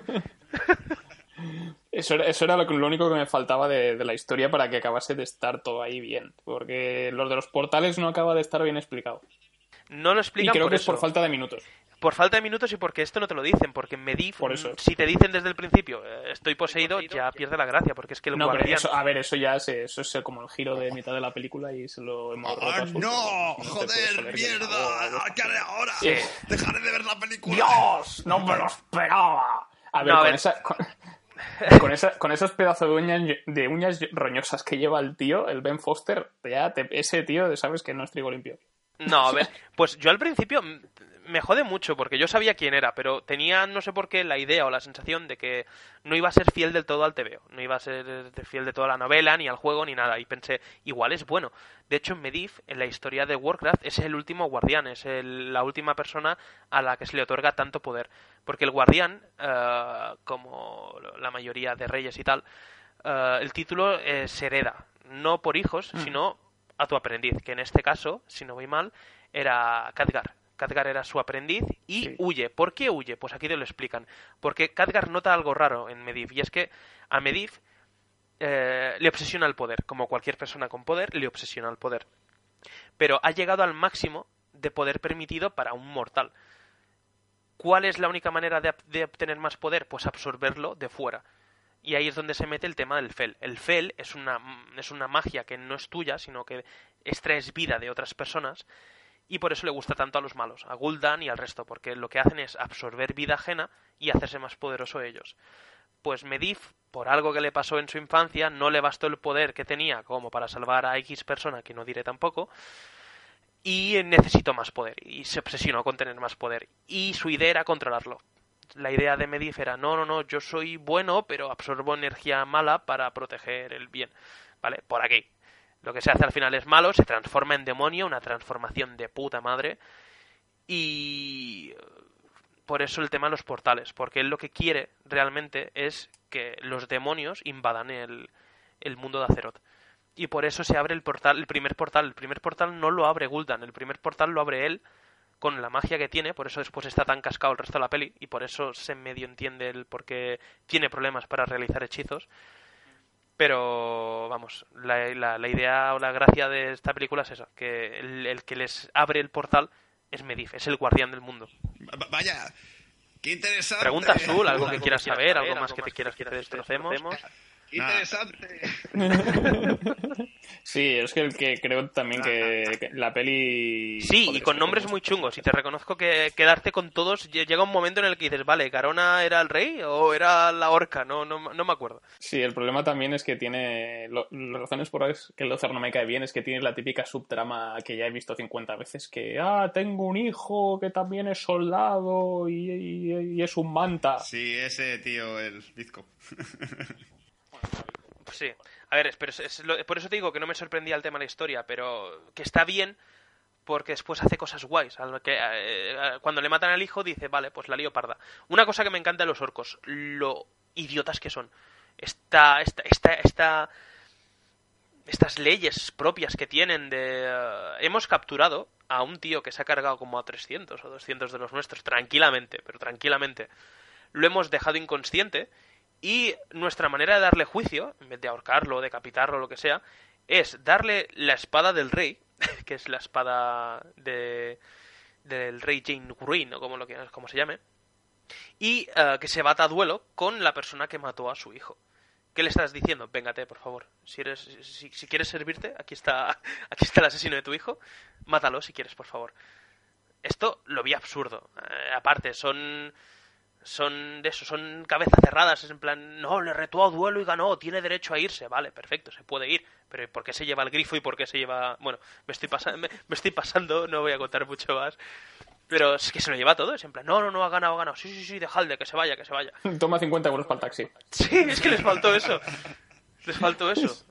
Eso era, eso era lo, que, lo único que me faltaba de, de la historia para que acabase de estar todo ahí bien. Porque lo de los portales no acaba de estar bien explicado. No lo explican. Y creo por que eso. es por falta de minutos. Por falta de minutos y porque esto no te lo dicen, porque en Medivh, por eso. si te dicen desde el principio eh, estoy poseído, ya pierde la gracia, porque es que el no, guardián... Pero eso, a ver, eso ya es, eso es como el giro de mitad de la película y se lo hemos roto. ¡Oh, azul, no! no ¡Joder, mierda! ¿Qué haré ahora? Sí. ¡Dejaré de ver la película! ¡Dios! ¡No me lo esperaba! A ver, no, a con ver. esa... Con... Con, esa, con esos pedazos de uñas, de uñas roñosas que lleva el tío, el Ben Foster, ya te, ese tío sabes que no es trigo limpio. No, a ver, pues yo al principio me jode mucho porque yo sabía quién era, pero tenía no sé por qué la idea o la sensación de que no iba a ser fiel del todo al tebeo, no iba a ser fiel de toda la novela, ni al juego, ni nada, y pensé, igual es bueno. De hecho, Medivh, en la historia de Warcraft, es el último guardián, es el, la última persona a la que se le otorga tanto poder, porque el guardián, uh, como la mayoría de reyes y tal, uh, el título eh, se hereda, no por hijos, mm. sino a tu aprendiz, que en este caso, si no voy mal, era Khadgar. Khadgar era su aprendiz y sí. huye. ¿Por qué huye? Pues aquí te lo explican. Porque Khadgar nota algo raro en Medivh, y es que a Medivh eh, le obsesiona el poder. Como cualquier persona con poder, le obsesiona el poder. Pero ha llegado al máximo de poder permitido para un mortal. ¿Cuál es la única manera de, de obtener más poder? Pues absorberlo de fuera. Y ahí es donde se mete el tema del Fel. El Fel es una, es una magia que no es tuya, sino que extraes vida de otras personas, y por eso le gusta tanto a los malos, a Gul'dan y al resto, porque lo que hacen es absorber vida ajena y hacerse más poderoso ellos. Pues Medivh, por algo que le pasó en su infancia, no le bastó el poder que tenía como para salvar a X persona, que no diré tampoco, y necesitó más poder, y se obsesionó con tener más poder, y su idea era controlarlo. La idea de Medivh era, no, no, no, yo soy bueno, pero absorbo energía mala para proteger el bien, ¿vale? Por aquí. Lo que se hace al final es malo, se transforma en demonio, una transformación de puta madre, y por eso el tema de los portales, porque él lo que quiere realmente es que los demonios invadan el, el mundo de Azeroth. y por eso se abre el portal, el primer portal. El primer portal no lo abre Gul'dan, el primer portal lo abre él con la magia que tiene, por eso después está tan cascado el resto de la peli y por eso se medio entiende el por qué tiene problemas para realizar hechizos. Pero, vamos, la, la, la idea o la gracia de esta película es esa, que el, el que les abre el portal es Medivh, es el guardián del mundo. Vaya, qué interesante. Pregunta Azul, algo que quieras saber, algo más que te quieras que te destrocemos. Qué interesante. Sí, es que el que creo también que, que la peli... Sí, Joder, y con nombres muy chungos. Y te reconozco que quedarte con todos llega un momento en el que dices, vale, ¿Garona era el rey o era la orca? No, no, no me acuerdo. Sí, el problema también es que tiene... Lo, las razones por las que el Lothar no me cae bien es que tiene la típica subtrama que ya he visto cincuenta veces, que, ah, tengo un hijo que también es soldado y, y, y es un manta. Sí, ese tío, el bizco. Sí, a ver, pero es, es lo, por eso te digo que no me sorprendía el tema de la historia, pero que está bien porque después hace cosas guays. Al que, eh, cuando le matan al hijo dice, vale, pues la lío parda. Una cosa que me encanta de los orcos, lo idiotas que son. Esta, esta, esta, esta, estas leyes propias que tienen de... Uh, hemos capturado a un tío que se ha cargado como a trescientos o doscientos de los nuestros, tranquilamente, pero tranquilamente. Lo hemos dejado inconsciente. Y nuestra manera de darle juicio, en vez de ahorcarlo, decapitarlo, lo que sea, es darle la espada del rey, que es la espada de del rey Jane Green, o como, lo que, como se llame, y uh, que se bata a duelo con la persona que mató a su hijo. ¿Qué le estás diciendo? Véngate, por favor. Si eres, si, si quieres servirte, aquí está, aquí está el asesino de tu hijo. Mátalo si quieres, por favor. Esto lo vi absurdo. Eh, aparte, son... Son de eso, son cabezas cerradas, es en plan, no, le retó a duelo y ganó, tiene derecho a irse, vale, perfecto, se puede ir, pero ¿por qué se lleva el grifo y por qué se lleva...? Bueno, me estoy, pasa... me, me estoy pasando, no voy a contar mucho más, pero es que se lo lleva todo, es en plan, no, no, no, ha ganado, ha ganado, sí, sí, sí, dejadle, que se vaya, que se vaya. Toma cincuenta euros para el taxi. Sí, es que les faltó eso, les faltó eso.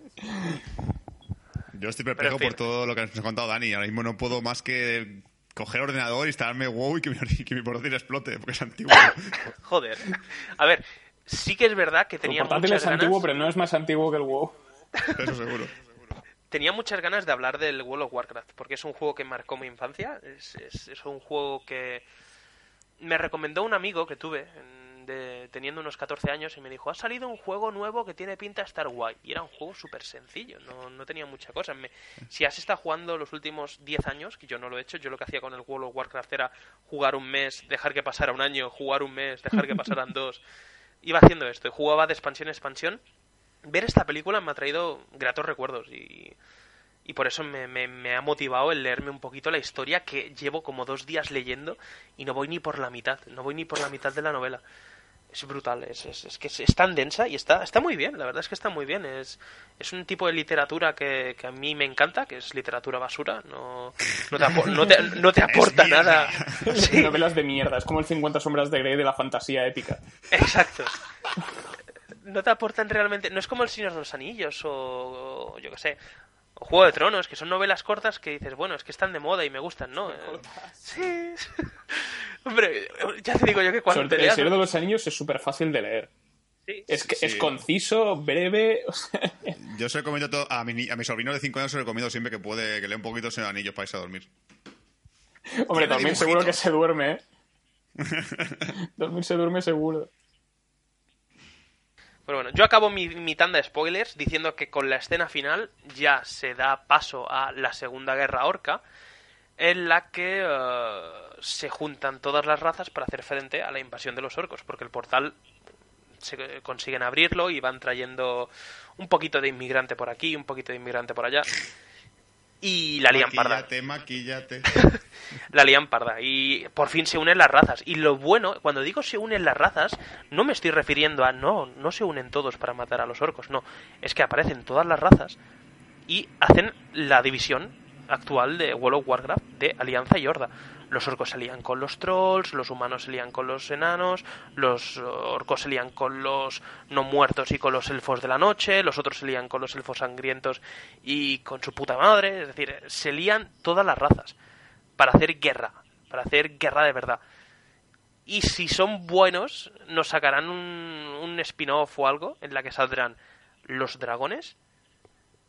Yo estoy perplejo por todo lo que nos ha contado Dani, ahora mismo no puedo más que... coger el ordenador, instalarme WoW y que mi, que mi portátil explote, porque es antiguo. Joder. A ver, sí que es verdad que tenía muchas ganas... El portátil es ganas... antiguo, pero no es más antiguo que el WoW. Eso seguro. Tenía muchas ganas de hablar del World of Warcraft, porque es un juego que marcó mi infancia. Es, es, es un juego que me recomendó un amigo que tuve... En... De, teniendo unos catorce años y me dijo, ha salido un juego nuevo que tiene pinta de estar guay, y era un juego súper sencillo, no, no tenía mucha cosa. Me, si has estado jugando los últimos diez años, que yo no lo he hecho, yo lo que hacía con el World of Warcraft era jugar un mes, dejar que pasara un año, jugar un mes, dejar que pasaran dos, iba haciendo esto y jugaba de expansión en expansión. Ver esta película me ha traído gratos recuerdos y, y por eso me, me, me ha motivado el leerme un poquito la historia, que llevo como dos días leyendo y no voy ni por la mitad, no voy ni por la mitad de la novela. Es brutal, es, es, es que es, es tan densa y está, está muy bien, la verdad es que está muy bien. Es, es un tipo de literatura que, que a mí me encanta, que es literatura basura, no, no, te, apo- no, te, no te aporta nada. Sí. Novelas de mierda, es como el cincuenta sombras de Grey de la fantasía épica. Exacto. No te aportan realmente, no es como El Señor de los Anillos o, o yo qué sé, o Juego de Tronos, que son novelas cortas que dices, bueno, es que están de moda y me gustan, ¿no? Sí. Hombre, ya te digo yo que cuando Sobre te leas... El Señor de los Anillos es súper fácil de leer. Sí. Es, que, Sí. es conciso, breve... O sea... Yo se lo recomiendo todo, a mi, a mi sobrino de cinco años se lo recomiendo siempre que puede, que lea un poquito Señor de los Anillos para irse a dormir. Hombre, dormir dibujitos. seguro que se duerme, ¿eh? Dormir se duerme seguro. Pero bueno, yo acabo mi, mi tanda de spoilers diciendo que con la escena final ya se da paso a la Segunda Guerra Orca, en la que uh, se juntan todas las razas para hacer frente a la invasión de los orcos, porque el portal se consiguen abrirlo y van trayendo un poquito de inmigrante por aquí, un poquito de inmigrante por allá, y la lían parda. Maquíllate, maquíllate. La lían parda y por fin se unen las razas. Y lo bueno, cuando digo se unen las razas, no me estoy refiriendo a no, no se unen todos para matar a los orcos, no, es que aparecen todas las razas y hacen la división actual de World of Warcraft de Alianza y Horda. Los orcos se lían con los trolls, los humanos se lían con los enanos, los orcos se lían con los no muertos y con los elfos de la noche, los otros se lían con los elfos sangrientos y con su puta madre. Es decir, se lían todas las razas para hacer guerra, para hacer guerra de verdad. Y si son buenos, nos sacarán un, un spin-off o algo en la que saldrán los dragones,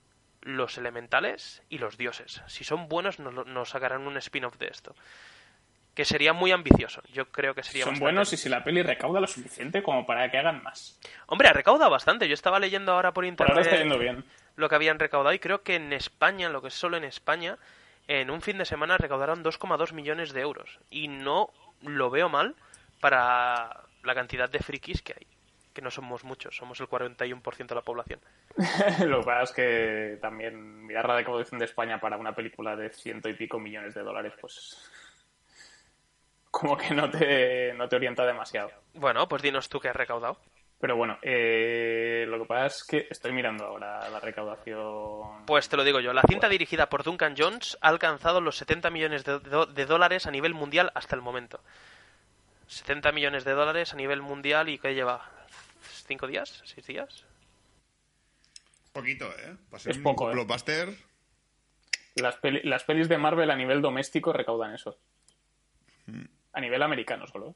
los elementales y los dioses. Si son buenos, nos, nos sacarán un spin-off de esto. Que sería muy ambicioso. Yo creo que sería Son bastante buenos y ambicioso. si la peli recauda lo suficiente como para que hagan más. Hombre, ha recaudado bastante. Yo estaba leyendo ahora por Por internet ahora está yendo bien. lo que habían recaudado y creo que en España, lo que es solo en España, en un fin de semana recaudaron dos coma dos millones de euros. Y no lo veo mal para la cantidad de frikis que hay. Que no somos muchos, somos el cuarenta y uno por ciento de la población. Lo que pasa es que también mirar la recaudación de España para una película de ciento y pico millones de dólares, pues como que no te, no te orienta demasiado. Bueno, pues dinos tú qué has recaudado. Pero bueno, eh, lo que pasa es que estoy mirando ahora la recaudación. Pues te lo digo yo, la cinta dirigida por Duncan Jones ha alcanzado los setenta millones de, de, de dólares a nivel mundial hasta el momento. setenta millones de dólares a nivel mundial y ¿qué lleva? ¿Cinco días? ¿Seis días? Poquito, ¿eh? Para ser Es un poco, ¿eh? blockbuster. Las, peli- las pelis de Marvel a nivel doméstico recaudan eso. A nivel americano solo.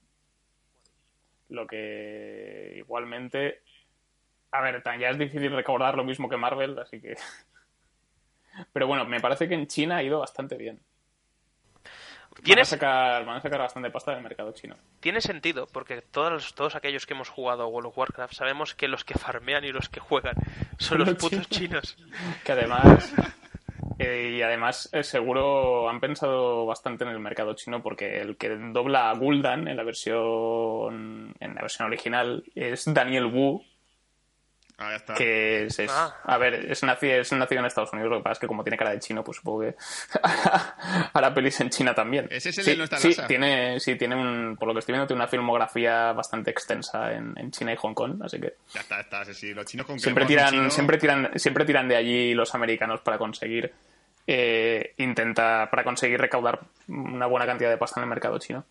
Lo que igualmente... A ver, tan- ya es difícil recaudar lo mismo que Marvel, así que... Pero bueno, me parece que en China ha ido bastante bien. Van a ¿Tienes? sacar, van a sacar bastante pasta del mercado chino. Tiene sentido, porque todos, todos aquellos que hemos jugado a World of Warcraft sabemos que los que farmean y los que juegan son los Los putos chinos. Que además... eh, y además, eh, seguro han pensado bastante en el mercado chino porque el que dobla a Gul'dan en la versión en la versión original es Daniel Wu, Ah, ya está. que es, es- Ah. a ver, es nacido, es nacido en Estados Unidos, lo que pasa es que como tiene cara de chino, pues supongo que hará pelis en China también. ¿Ese es el sí, de Nuestra sí, Lasa? tiene, sí, tiene un, por lo que estoy viendo, tiene una filmografía bastante extensa en, en China y Hong Kong, así que Ya está, está. Sí, sí. Los chinos con que siempre le pongas un tiran, chino- siempre tiran, siempre tiran de allí los americanos para conseguir eh, intenta para conseguir recaudar una buena cantidad de pasta en el mercado chino.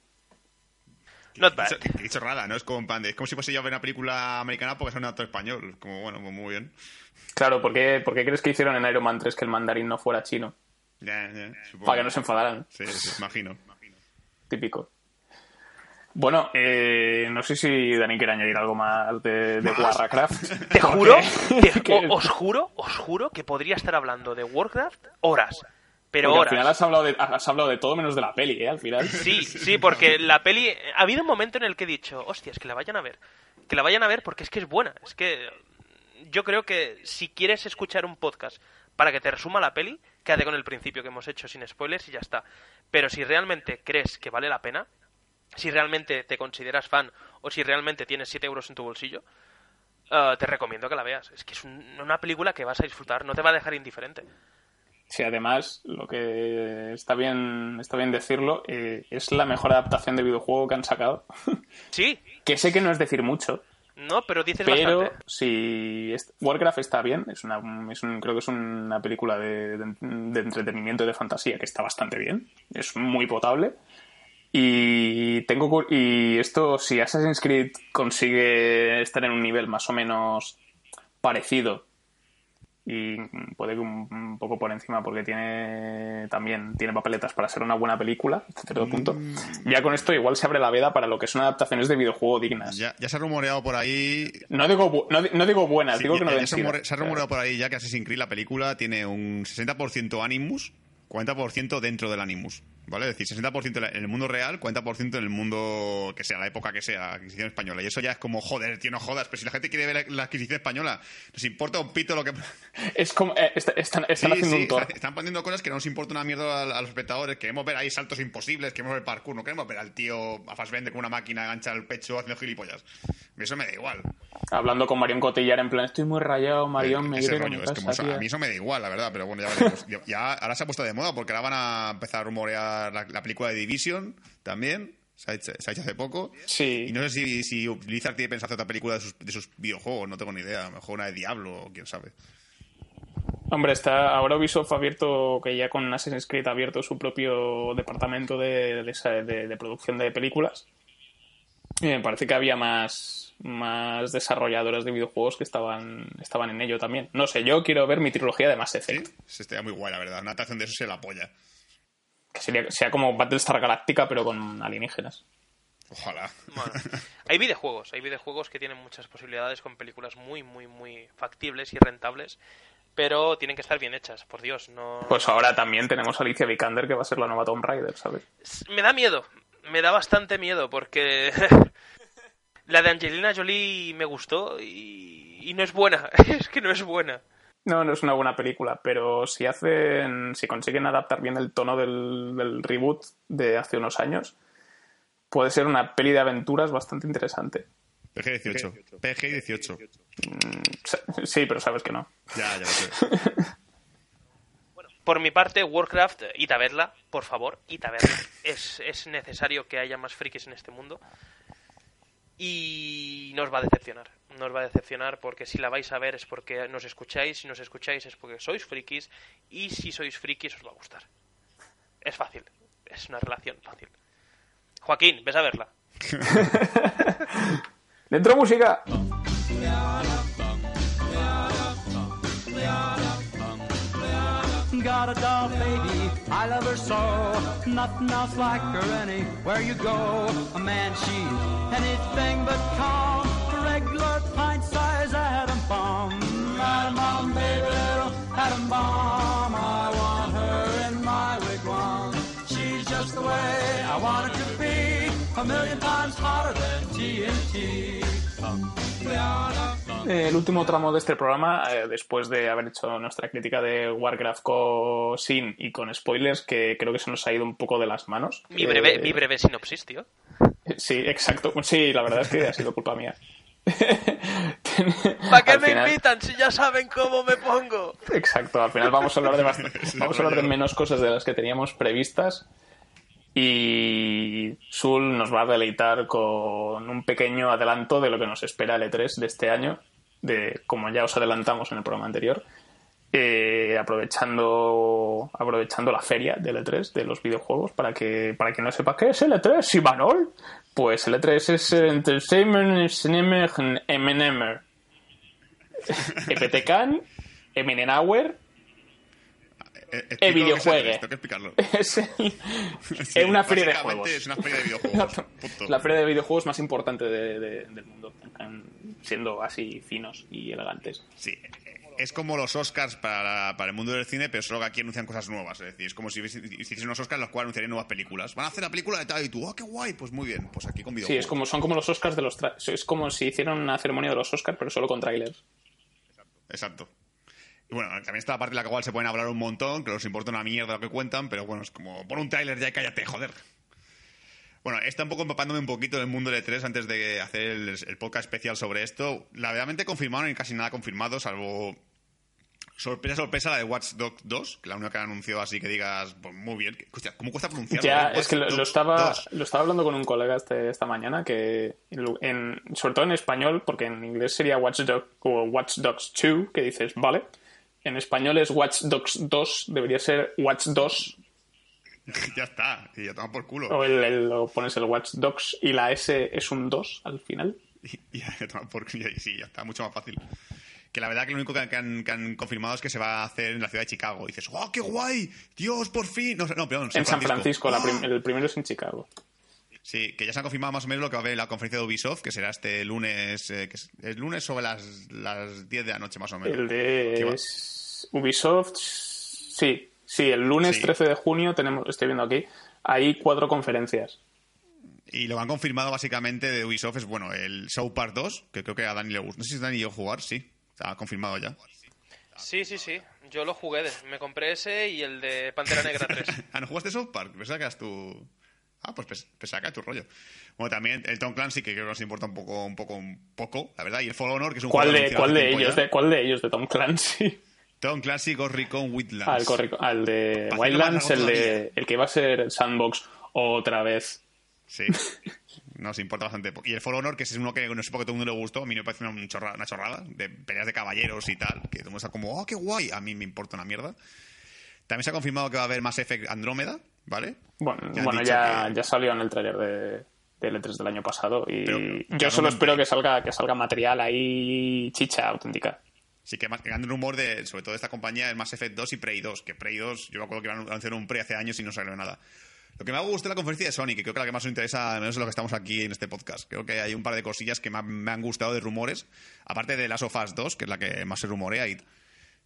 Not bad. Que, que dicho rara, ¿no? Es como, en plan de- es como si fuese yo a ver una película americana porque es un actor español. Como, bueno, pues muy bien. Claro, ¿por qué, por qué crees que hicieron en Iron Man tres que el mandarín no fuera chino? Ya, ya, supongo. Para que no se enfadaran. Sí, sí, imagino. Típico. Bueno, eh, no sé si Dani quiere añadir algo más de, de Warcraft. Te juro, Porque- te- que- o- os juro, os juro que podría estar hablando de Warcraft horas. Pero porque al horas. final has hablado, de, has hablado de todo menos de la peli, ¿eh? Al final. Sí, sí, porque la peli... Ha habido un momento en el que he dicho, hostias, que la vayan a ver. Que la vayan a ver porque es que es buena. Es que yo creo que si quieres escuchar un podcast para que te resuma la peli, quédate con el principio que hemos hecho sin spoilers y ya está. Pero si realmente crees que vale la pena, si realmente te consideras fan o si realmente tienes siete euros en tu bolsillo, eh, te recomiendo que la veas. Es que es un- una película que vas a disfrutar, no te va a dejar indiferente. Sí, además, lo que está bien, está bien decirlo, eh, es la mejor adaptación de videojuego que han sacado. Sí, Que sé que no es decir mucho, no, pero dices pero bastante. si es- Warcraft está bien, es una, es un- creo que es una película de, de- de entretenimiento y de fantasía que está bastante bien, es muy potable. Y tengo cu- y esto, si Assassin's Creed consigue estar en un nivel más o menos parecido y puede que un, un poco por encima porque tiene también tiene papeletas para ser una buena película hasta cierto punto, ya con esto igual se abre la veda para lo que son adaptaciones de videojuego dignas. Ya, ya se ha rumoreado por ahí. No digo bu- no, di- no digo buenas, Sí, digo que no ya- ya den se, sida. rumore- se ha rumoreado por ahí ya que Assassin's Creed, la película, tiene un sesenta por ciento Animus, cuarenta por ciento dentro del Animus. ¿Vale? Es decir, sesenta por ciento en el mundo real, cuarenta por ciento en el mundo que sea, la época que sea, adquisición española. Y eso ya es como, joder, tío, no jodas. Pero si la gente quiere ver la, la adquisición española, nos importa un pito lo que. Es como eh, est- están, están Sí, haciendo sí, un Thor. están- están poniendo cosas que no nos importa una mierda a, a los espectadores. Queremos ver ahí saltos imposibles, queremos ver parkour, no queremos ver al tío a Fassbender con una máquina engancha al pecho haciendo gilipollas. Eso me da igual. Hablando con Marion Cotillar en plan, estoy muy rayado, Marion, me Ese quiero rollo, ir es a mi como casa, eso- a tía". mí eso me da igual, la verdad, pero bueno, ya veremos. Ya- ya, ahora se ha puesto de moda porque ahora van a empezar a rumorear la, la película de Division también. Se ha, hecho, se ha hecho hace poco. Sí. Y no sé si, si Blizzard tiene pensado hacer otra película de sus, de sus videojuegos, no tengo ni idea. A lo mejor una de Diablo o quién sabe. Hombre, está ahora Ubisoft ha abierto, que ya con Assassin's Creed ha abierto su propio departamento de, de, esa- de- de producción de películas. Y me parece que había más, más desarrolladoras de videojuegos que estaban, estaban en ello también. No sé, yo quiero ver mi trilogía de Mass Sí, Effect. se estaría muy guay, la verdad. Una adaptación de eso se la apoya. Que sería, sea como Battlestar Galactica, pero con alienígenas. Ojalá. Bueno, hay videojuegos, hay videojuegos que tienen muchas posibilidades con películas muy, muy, muy factibles y rentables. pero tienen que estar bien hechas, por Dios. No. Pues ahora también tenemos a Alicia Vikander, que va a ser la nueva Tomb Raider, ¿sabes? Me da miedo, me da bastante miedo, porque la de Angelina Jolie me gustó y, y no es buena, es que no es buena. No, no es una buena película, pero si hacen, si consiguen adaptar bien el tono del, del reboot de hace unos años, puede ser una peli de aventuras bastante interesante. P G dieciocho. P G dieciocho. Mm, sí, pero sabes que no. Ya, ya lo sé. Bueno, por mi parte, Warcraft, id a verla, por favor, id a verla. Es, es necesario que haya más frikis en este mundo. Y no os va a decepcionar. No os va a decepcionar porque si la vais a ver es porque nos escucháis. Si nos escucháis es porque sois frikis. Y si sois frikis os va a gustar. Es fácil. Es una relación fácil. Joaquín, ves a verla. ¡Dentro música! Got a doll baby, I love her so. Nothing else like her anywhere you go. A man, she's anything but calm. A regular pint-sized atom bomb. Atom bomb, baby, little atom bomb. I want her in my wigwam. She's just the way I want her to be. A million times hotter than T N T. El último tramo de este programa, eh, después de haber hecho nuestra crítica de Warcraft con sin y con spoilers, que creo que se nos ha ido un poco de las manos. Mi breve, eh, mi breve sinopsis, tío. Sí, exacto. Sí, la verdad es que ha sido culpa mía. ¿Para qué Al me final... invitan si ya saben cómo me pongo? Exacto, al final vamos a hablar de bast... vamos a hablar de menos cosas de las que teníamos previstas. Y Sul nos va a deleitar con un pequeño adelanto de lo que nos espera el E tres de este año, de como ya os adelantamos en el programa anterior, eh, aprovechando aprovechando la feria del E tres de los videojuegos. Para que para que no sepa qué es el E tres, Imanol, pues el E tres es Entertainment Cinema Emenemer E P T Can Emenenauer E videojuegue. Tengo que explicarlo. Es, el, sí, es una feria de juegos. Es una feria de videojuegos. Punto. La feria de videojuegos más importante de, de, del mundo, siendo así finos y elegantes. Sí, es como los Oscars para, para el mundo del cine, pero solo que aquí anuncian cosas nuevas. Es decir, es como si hiciesen unos Oscars en los cuales anunciarían nuevas películas. Van a hacer la película de tal y tú, ¡oh, qué guay! Pues muy bien, pues aquí con videojuegos. Sí, es como, son como los Oscars de los... Tra- es como si hicieran una ceremonia de los Oscars, pero solo con trailers. Exacto. Exacto. Y bueno, también está la parte en la cual se pueden hablar un montón, que les importa una mierda lo que cuentan, pero bueno, es como, pon un tráiler ya y cállate, joder. Bueno, está un poco empapándome un poquito del mundo del E tres antes de hacer el, el podcast especial sobre esto. La verdaderamente confirmaron y casi nada confirmado, salvo sorpresa, sorpresa, la de Watch Dogs dos, que la única que han anunciado así que digas, pues muy bien. Hostia, ¿cómo cuesta pronunciarlo? Ya, eh? es que lo, lo, estaba, lo estaba hablando con un colega este, esta mañana, que en, sobre todo en español, porque en inglés sería Watch Dogs o Watch Dogs dos, que dices, vale. En español es Watch Dogs dos, debería ser Watch dos. Ya está, y ya toma por culo. O el, el, lo pones el Watch Dogs y la S es un dos al final. Y, y ya toma por culo, y sí, ya está, mucho más fácil. Que la verdad que lo único que, que, han, que han confirmado es que se va a hacer en la ciudad de Chicago. Y dices, ¡oh, qué guay! ¡Dios, por fin! No, no perdón, San en San Francisco, ¡Oh! la prim- el primero es en Chicago. Sí, que ya se han confirmado más o menos lo que va a haber en la conferencia de Ubisoft, que será este lunes, eh, que es el lunes sobre las, las diez de la noche más o menos. El de Ubisoft, sí, sí, el lunes sí. trece de junio tenemos, estoy viendo aquí, hay cuatro conferencias. Y lo que han confirmado básicamente de Ubisoft es, bueno, el South Park dos, que creo que a Dani le gusta. No sé si Dani y yo jugar, sí, está confirmado ya. Sí, sí, sí, yo lo jugué, me compré ese y el de Pantera Negra tres. ¿Ah, no jugaste South Park? Pensaba que eras tu... Ah, pues pensaba que era tu rollo. Bueno, también el Tom Clancy, que creo que nos importa un poco, un poco, un poco, la verdad, y el For Honor, que es un ¿Cuál juego de, ¿cuál de ellos? De, ¿Cuál de ellos de Tom Clancy? Tom Clancy Ghost Recon Wildlands. Ah, el, corrico, ah, el de Pasé Wildlands, el, de, el que iba a ser el Sandbox otra vez. Sí, nos importa bastante. Y el For Honor, que es uno que no sé por qué todo el mundo le gustó, a mí me parece una chorrada, una chorrada de peleas de caballeros y tal, que todo el mundo está como, oh, qué guay, a mí me importa una mierda. También se ha confirmado que va a haber Mass Effect Andrómeda, ¿vale? Bueno, ya, bueno, ya, que... ya salió en el trailer de, de L tres del año pasado y pero, yo solo espero que salga, que salga material ahí chicha auténtica. Sí, que hay un rumor de, sobre todo de esta compañía, el Mass Effect dos y Prey dos, que Prey dos, yo me acuerdo que iban a anunciar un Prey hace años y no salió nada. Lo que me ha gustado es la conferencia de Sony, que creo que la que más nos interesa, al menos es lo que estamos aquí en este podcast. Creo que hay un par de cosillas que me han, me han gustado de rumores, aparte de Last of Us dos, que es la que más se rumorea y...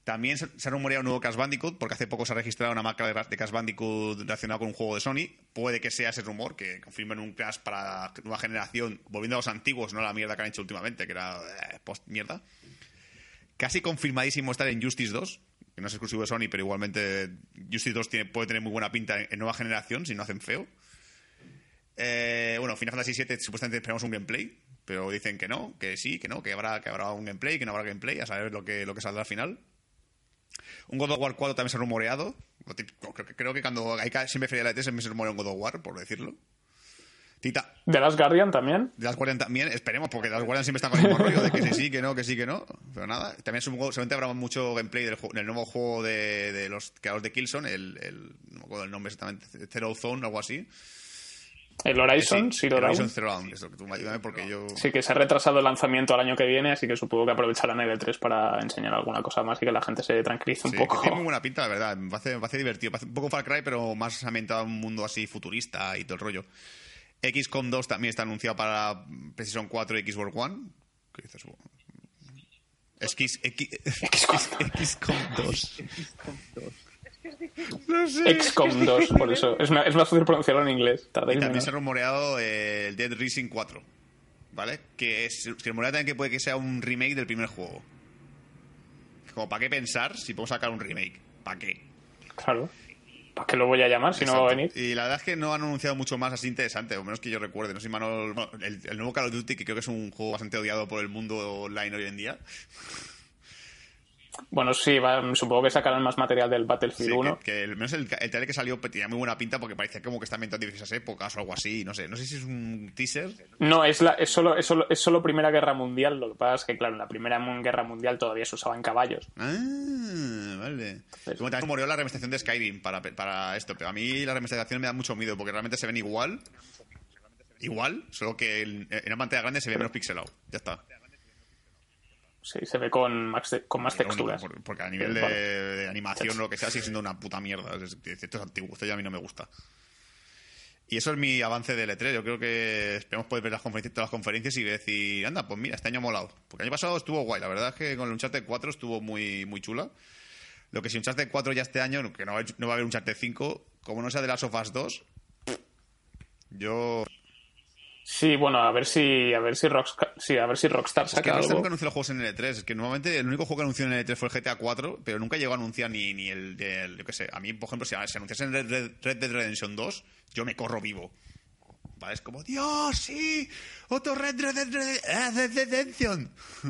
También se, se ha rumoreado un nuevo Crash Bandicoot, porque hace poco se ha registrado una marca de, de Crash Bandicoot relacionada con un juego de Sony. Puede que sea ese rumor, que confirmen un Crash para nueva generación, volviendo a los antiguos, no a la mierda que han hecho últimamente, que era eh, post-mierda. Casi confirmadísimo estar en Justice dos, que no es exclusivo de Sony, pero igualmente Justice dos tiene, puede tener muy buena pinta en, en nueva generación, si no hacen feo. Eh, bueno, Final Fantasy siete supuestamente esperamos un gameplay, pero dicen que no, que sí, que no, que habrá, que habrá un gameplay, que no habrá gameplay, a saber lo que, lo que saldrá al final. Un God of War cuatro también se ha rumoreado. Creo que, creo que cuando hay siempre feria de la E tres siempre se rumorea un God of War, por decirlo. Tita. ¿De Last Guardian también? De Last Guardian también, esperemos, porque de Last Guardian siempre están con el mismo rollo de que sí, sí, que no, que sí, que no. Pero nada, también supongo, seguramente habrá mucho gameplay del, del nuevo juego de, de los creadores de Killzone, el, el, no me acuerdo el nombre exactamente, Zero Zone, algo así. El Horizon sí, Zero el Horizon Dawn. Zero Dawn, eso, que tú me ayúdame porque yo... Sí, que se ha retrasado el lanzamiento al año que viene, así que supongo que aprovecharán el E tres para enseñar alguna cosa más y que la gente se tranquilice un sí, poco. Que tiene muy buena pinta, la verdad. Me parece, me parece divertido. Parece un poco Far Cry, pero más ambientado en un mundo así futurista y todo el rollo. X COM dos también está anunciado para PlayStation cuatro y Xbox One. ¿Qué dices? X, X, X COM dos. No sé. X COM dos, por eso. Es más, es más fácil pronunciarlo en inglés. Y Tardáis también menos. se ha rumoreado eh, el Dead Rising cuatro, ¿vale? Que es, se rumorea también que puede que sea un remake del primer juego. Como, ¿para qué pensar si puedo sacar un remake? ¿Para qué? Claro. ¿Para qué lo voy a llamar si Exacto. no va a venir? Y la verdad es que no han anunciado mucho más así interesante, o menos que yo recuerde. No sé si Manol... Bueno, el, el nuevo Call of Duty, que creo que es un juego bastante odiado por el mundo online hoy en día. Bueno, sí, va, supongo que sacarán más material del Battlefield Sí, uno. que, que el, menos el, el trailer que salió tenía muy buena pinta porque parecía como que está ambientado en diversas épocas o algo así. No sé, no sé si es un teaser. No, es, la, es, solo, es, solo, es solo Primera Guerra Mundial. Lo que pasa es que, claro, en la Primera Guerra Mundial todavía se usaban caballos. Ah, vale. Pues, Como también murió la remasterización de Skyrim para, para esto, pero a mí la remasterización me da mucho miedo porque realmente se ven igual. Igual, solo que en, en una pantalla grande se ve menos pixelado. Ya está. Sí, se ve con más, con más Pero texturas. único, porque a nivel de, de animación o lo que sea sigue siendo una puta mierda. Es, es, esto es antiguo, esto ya a mí no me gusta. Y eso es mi avance del E tres. Yo creo que esperemos poder ver las conferencias, todas las conferencias y decir, anda, pues mira, este año ha molado. Porque el año pasado estuvo guay. La verdad es que con el Uncharted cuatro estuvo muy, muy chula. Lo que si Uncharted cuatro ya este año, que no va, no va a haber Uncharted cinco, como no sea de Last of Us dos, yo... Sí, bueno, a ver si a ver si Rockstar, sí, a ver si Rockstar saca Es que Rockstar algo. nunca anunció los juegos en el E tres. Es que normalmente el único juego que anunció en el E tres fue el G T A cuatro, pero nunca llegó a anunciar ni, ni el, el... Yo qué sé. A mí, por ejemplo, si se anunciase en Red, Red, Red Dead Redemption dos, yo me corro vivo. ¿Vale? Es como, ¡Dios, sí! ¡Otro Red Red Red Red Red Redemption!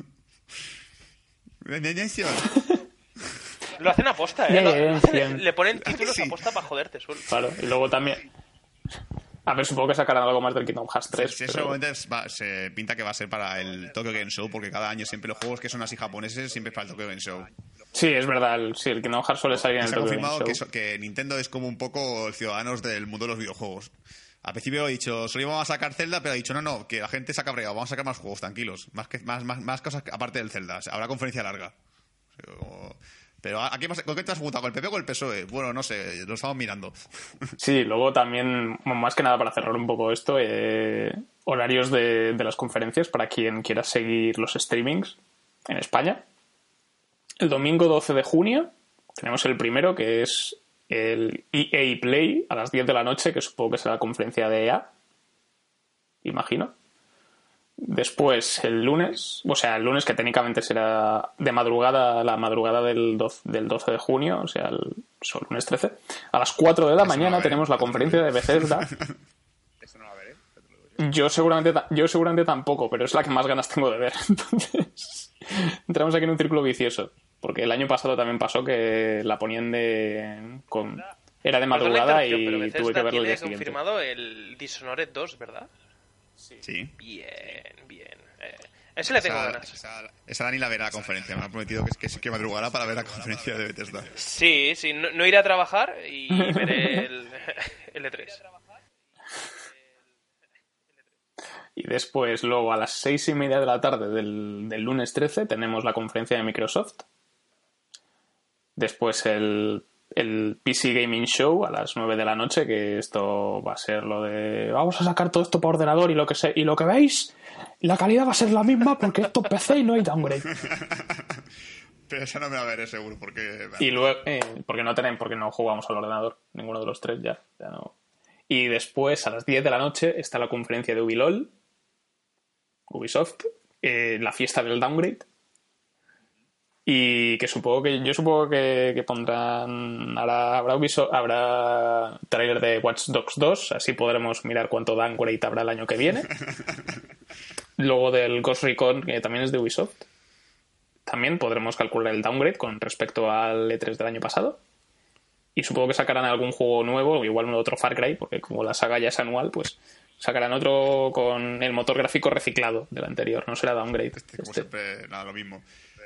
Redemption. Lo hacen aposta, ¿eh? Ya, Lo- ya, ya, lo hacen- ya. le ponen títulos Sí. aposta para joderte, suelo. Claro, y luego también... A ver, supongo que sacarán algo más del Kingdom Hearts tres. Sí, eso pero... seguramente es- va- se pinta que va a ser para el Tokyo Game Show, porque cada año siempre los juegos que son así japoneses siempre es para el Tokyo Game Show. Sí, es verdad. El, sí, el Kingdom Hearts suele salir en el Se ha Tokyo Game confirmado Show. que, eso- que Nintendo es como un poco ciudadanos del mundo de los videojuegos. Al principio he dicho, solo íbamos a sacar Zelda, pero ha dicho, no, no, que la gente se ha cabreado, vamos a sacar más juegos, tranquilos. Más, que, más, más, más cosas aparte del Zelda. O sea, habrá conferencia larga. Pero, pero ¿a qué, ¿con qué te has juntado? ¿Con el P P o con el P S O E? Bueno, no sé, lo estamos mirando. Sí, luego también, bueno, más que nada para cerrar un poco esto, eh, horarios de, de las conferencias para quien quiera seguir los streamings en España. El domingo doce de junio tenemos el primero, que es el E A Play a las diez de la noche, que supongo que será la conferencia de E A, imagino. Después, el lunes, o sea, el lunes que técnicamente será de madrugada, la madrugada del doce, del doce de junio, o sea, el, el lunes trece, a las cuatro de la Eso no mañana va a ver, tenemos la eso no conferencia de Bethesda. Eso no lo veré. Yo seguramente, ta- yo seguramente tampoco, pero es la que más ganas tengo de ver. Entonces, entramos aquí en un círculo vicioso. Porque el año pasado también pasó que la ponían de... Con, era de Perdón la madrugada interrupción, pero y Bethesda tuve que verlo el tiene día siguiente. confirmado el Dishonored dos, ¿verdad? Sí. Bien, bien. Eh, ese le tengo Esa, ganas. esa, esa Dani la verá la conferencia. Me ha prometido que, que, que madrugará para ver la conferencia de Bethesda. Sí, sí, no, no iré a trabajar y veré el, el E tres. Y después, luego, a las seis y media de la tarde del, del lunes trece, tenemos la conferencia de Microsoft. Después el, el P C Gaming Show a las nueve de la noche, que esto va a ser lo de... Vamos a sacar todo esto por ordenador y lo que sé, y lo que veis, la calidad va a ser la misma porque esto es P C y no hay downgrade. Pero esa no me la veré seguro, porque... Y luego, eh, porque no tenemos, porque no jugamos al ordenador, ninguno de los tres ya, ya no. Y después, a las diez de la noche, está la conferencia de Ubilol, Ubisoft, eh, la fiesta del downgrade, y que supongo que, yo supongo que, que pondrán, habrá, habrá, Ubisoft, habrá trailer de Watch Dogs dos, así podremos mirar cuánto downgrade habrá el año que viene. Luego del Ghost Recon, que también es de Ubisoft. También podremos calcular el downgrade con respecto al E tres del año pasado. Y supongo que sacarán algún juego nuevo, igual otro Far Cry, porque como la saga ya es anual, pues sacarán otro con el motor gráfico reciclado del anterior. No será downgrade. Este, como este. Siempre, nada, lo mismo.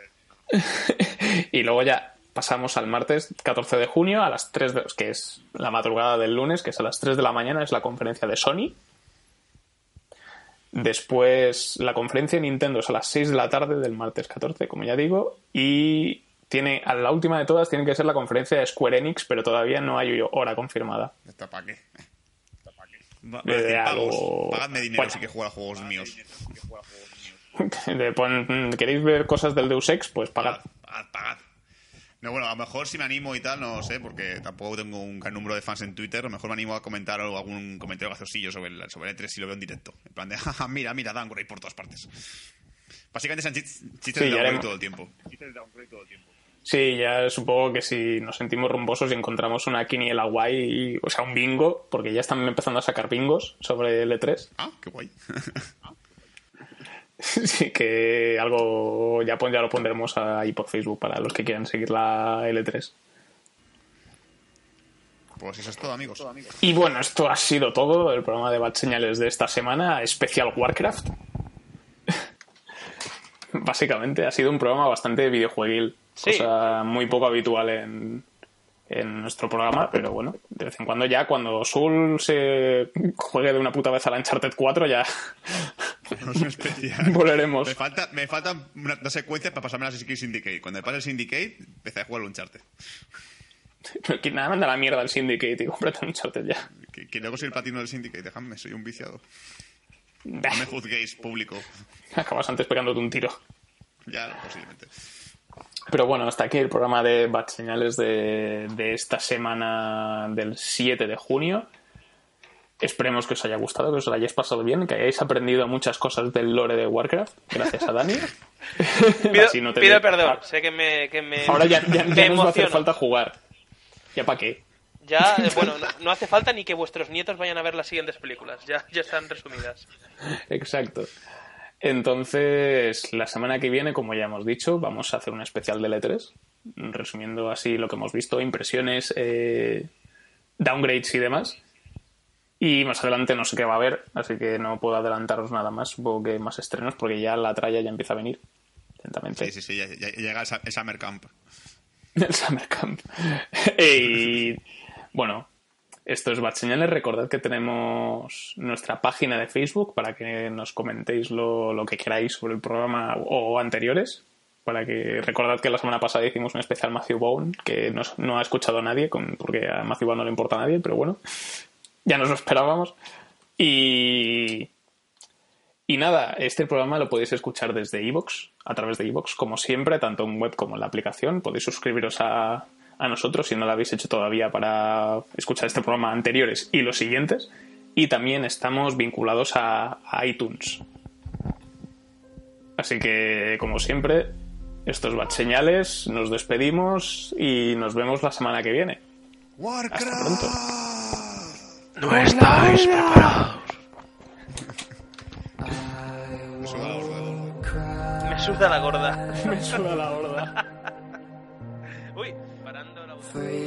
Y luego ya pasamos al martes catorce de junio a las tres, de, que es la madrugada del lunes, que es a las tres de la mañana, es la conferencia de Sony. Después la conferencia de Nintendo es a las seis de la tarde del martes catorce, como ya digo, y tiene, a la última de todas tiene que ser la conferencia de Square Enix, pero todavía no hay hora confirmada. ¿Está para qué? ¿Está para qué? Va, de algo... Pagadme dinero bueno. Si que jugar a juegos míos. De, pon, ¿queréis ver cosas del Deus Ex? Pues pagad. Pagad, pagad. No, bueno, a lo mejor si me animo y tal, no sé, porque tampoco tengo un gran número de fans en Twitter, a lo mejor me animo a comentar algún comentario graciosillo sobre el, sobre el E tres si lo veo en directo. En plan de, jaja, mira, mira, downgrade por todas partes. Básicamente son chistes sí, de downgrade todo el tiempo. Chistes de downgrade todo el tiempo. Sí, ya supongo que si nos sentimos rumbosos y encontramos una quiniela guay, o sea, un bingo, porque ya están empezando a sacar bingos sobre el E tres. Ah, qué guay. Sí, que algo ya, ya lo pondremos ahí por Facebook para los que quieran seguir la L tres. Pues eso es todo, amigos. Y bueno, esto ha sido todo el programa de Bad Señales de esta semana, especial Warcraft. Básicamente ha sido un programa bastante videojueguil, sí. Cosa muy poco habitual en, en nuestro programa, pero bueno, de vez en cuando ya, cuando Soul se juegue de una puta vez a la Uncharted cuatro, ya no es especial. Volveremos. Me falta, me faltan una, una secuencia para pasarme a la Syndicate. Cuando me pase el Syndicate, empecé a jugar al Uncharted. Pero que nada, manda la mierda al Syndicate y cómprate un Uncharted ya. Que, que luego soy el platino del Syndicate, déjame, soy un viciado. No me juzguéis, público. Acabas antes pegándote un tiro. Ya, posiblemente. Pero bueno, hasta aquí el programa de Bad Señales de, de esta semana del siete de junio. Esperemos que os haya gustado, que os lo hayáis pasado bien, que hayáis aprendido muchas cosas del lore de Warcraft, gracias a Dani. pido no te pido de... perdón, ah. sé que me, que me Ahora ya, ya, ya nos va a hacer falta jugar. ¿Ya para qué? Ya, eh, bueno, no, no hace falta ni que vuestros nietos vayan a ver las siguientes películas, ya, ya están resumidas. Exacto. Entonces, la semana que viene, como ya hemos dicho, vamos a hacer un especial de E tres, resumiendo así lo que hemos visto, impresiones, eh, downgrades y demás. Y más adelante no sé qué va a haber, así que no puedo adelantaros nada más, supongo que más estrenos, porque ya la tralla ya empieza a venir, lentamente. Sí, sí, sí, ya, ya llega el, el Summer Camp. El Summer Camp. Y bueno, esto es Bad Señales. Recordad que tenemos nuestra página de Facebook para que nos comentéis lo, lo que queráis sobre el programa o anteriores. Para que recordad que la semana pasada hicimos un especial Matthew Vaughn que no, no ha escuchado a nadie, con, porque a Matthew Vaughn no le importa a nadie, pero bueno, ya nos lo esperábamos. Y... Y nada, este programa lo podéis escuchar desde iVoox, a través de iVoox, como siempre, tanto en web como en la aplicación. Podéis suscribiros a, a nosotros si no lo habéis hecho todavía para escuchar este programa anteriores y los siguientes. Y también estamos vinculados a, a iTunes. Así que, como siempre, estos Bad Señales, nos despedimos y nos vemos la semana que viene. Warcraft. Hasta pronto. No estáis preparados. Me suda la gorda. Me suda la gorda. Uy, parando la voz.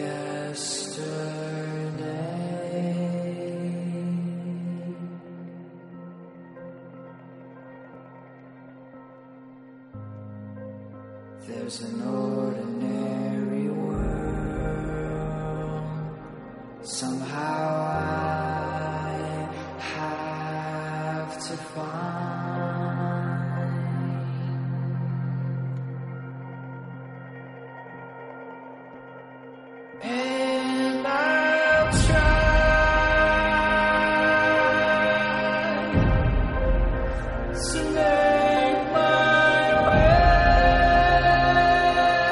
There's an ordinary world. Somehow I have to find. And I'll try to make my way.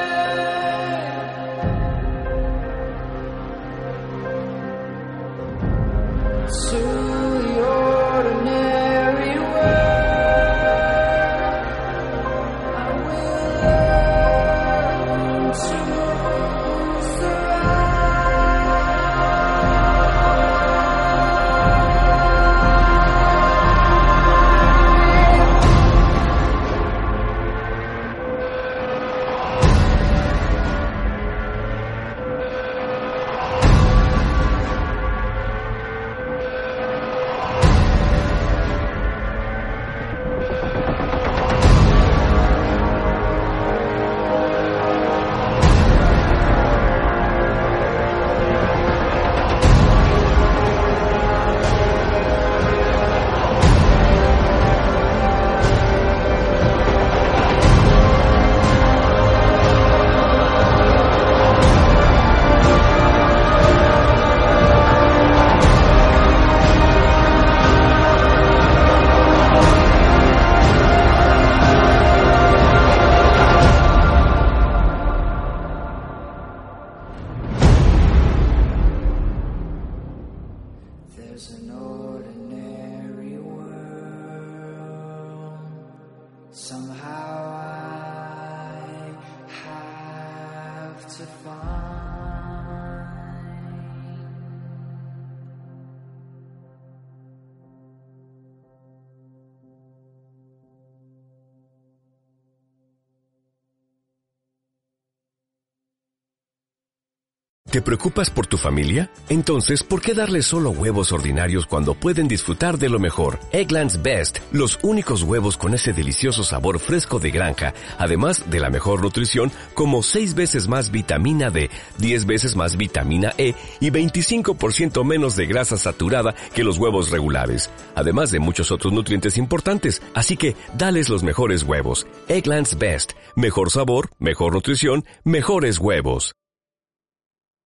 Somehow I have to find. ¿Te preocupas por tu familia? Entonces, ¿por qué darles solo huevos ordinarios cuando pueden disfrutar de lo mejor? Eggland's Best, los únicos huevos con ese delicioso sabor fresco de granja, además de la mejor nutrición, como seis veces más vitamina D, diez veces más vitamina E y veinticinco por ciento menos de grasa saturada que los huevos regulares, además de muchos otros nutrientes importantes. Así que, dales los mejores huevos. Eggland's Best, mejor sabor, mejor nutrición, mejores huevos.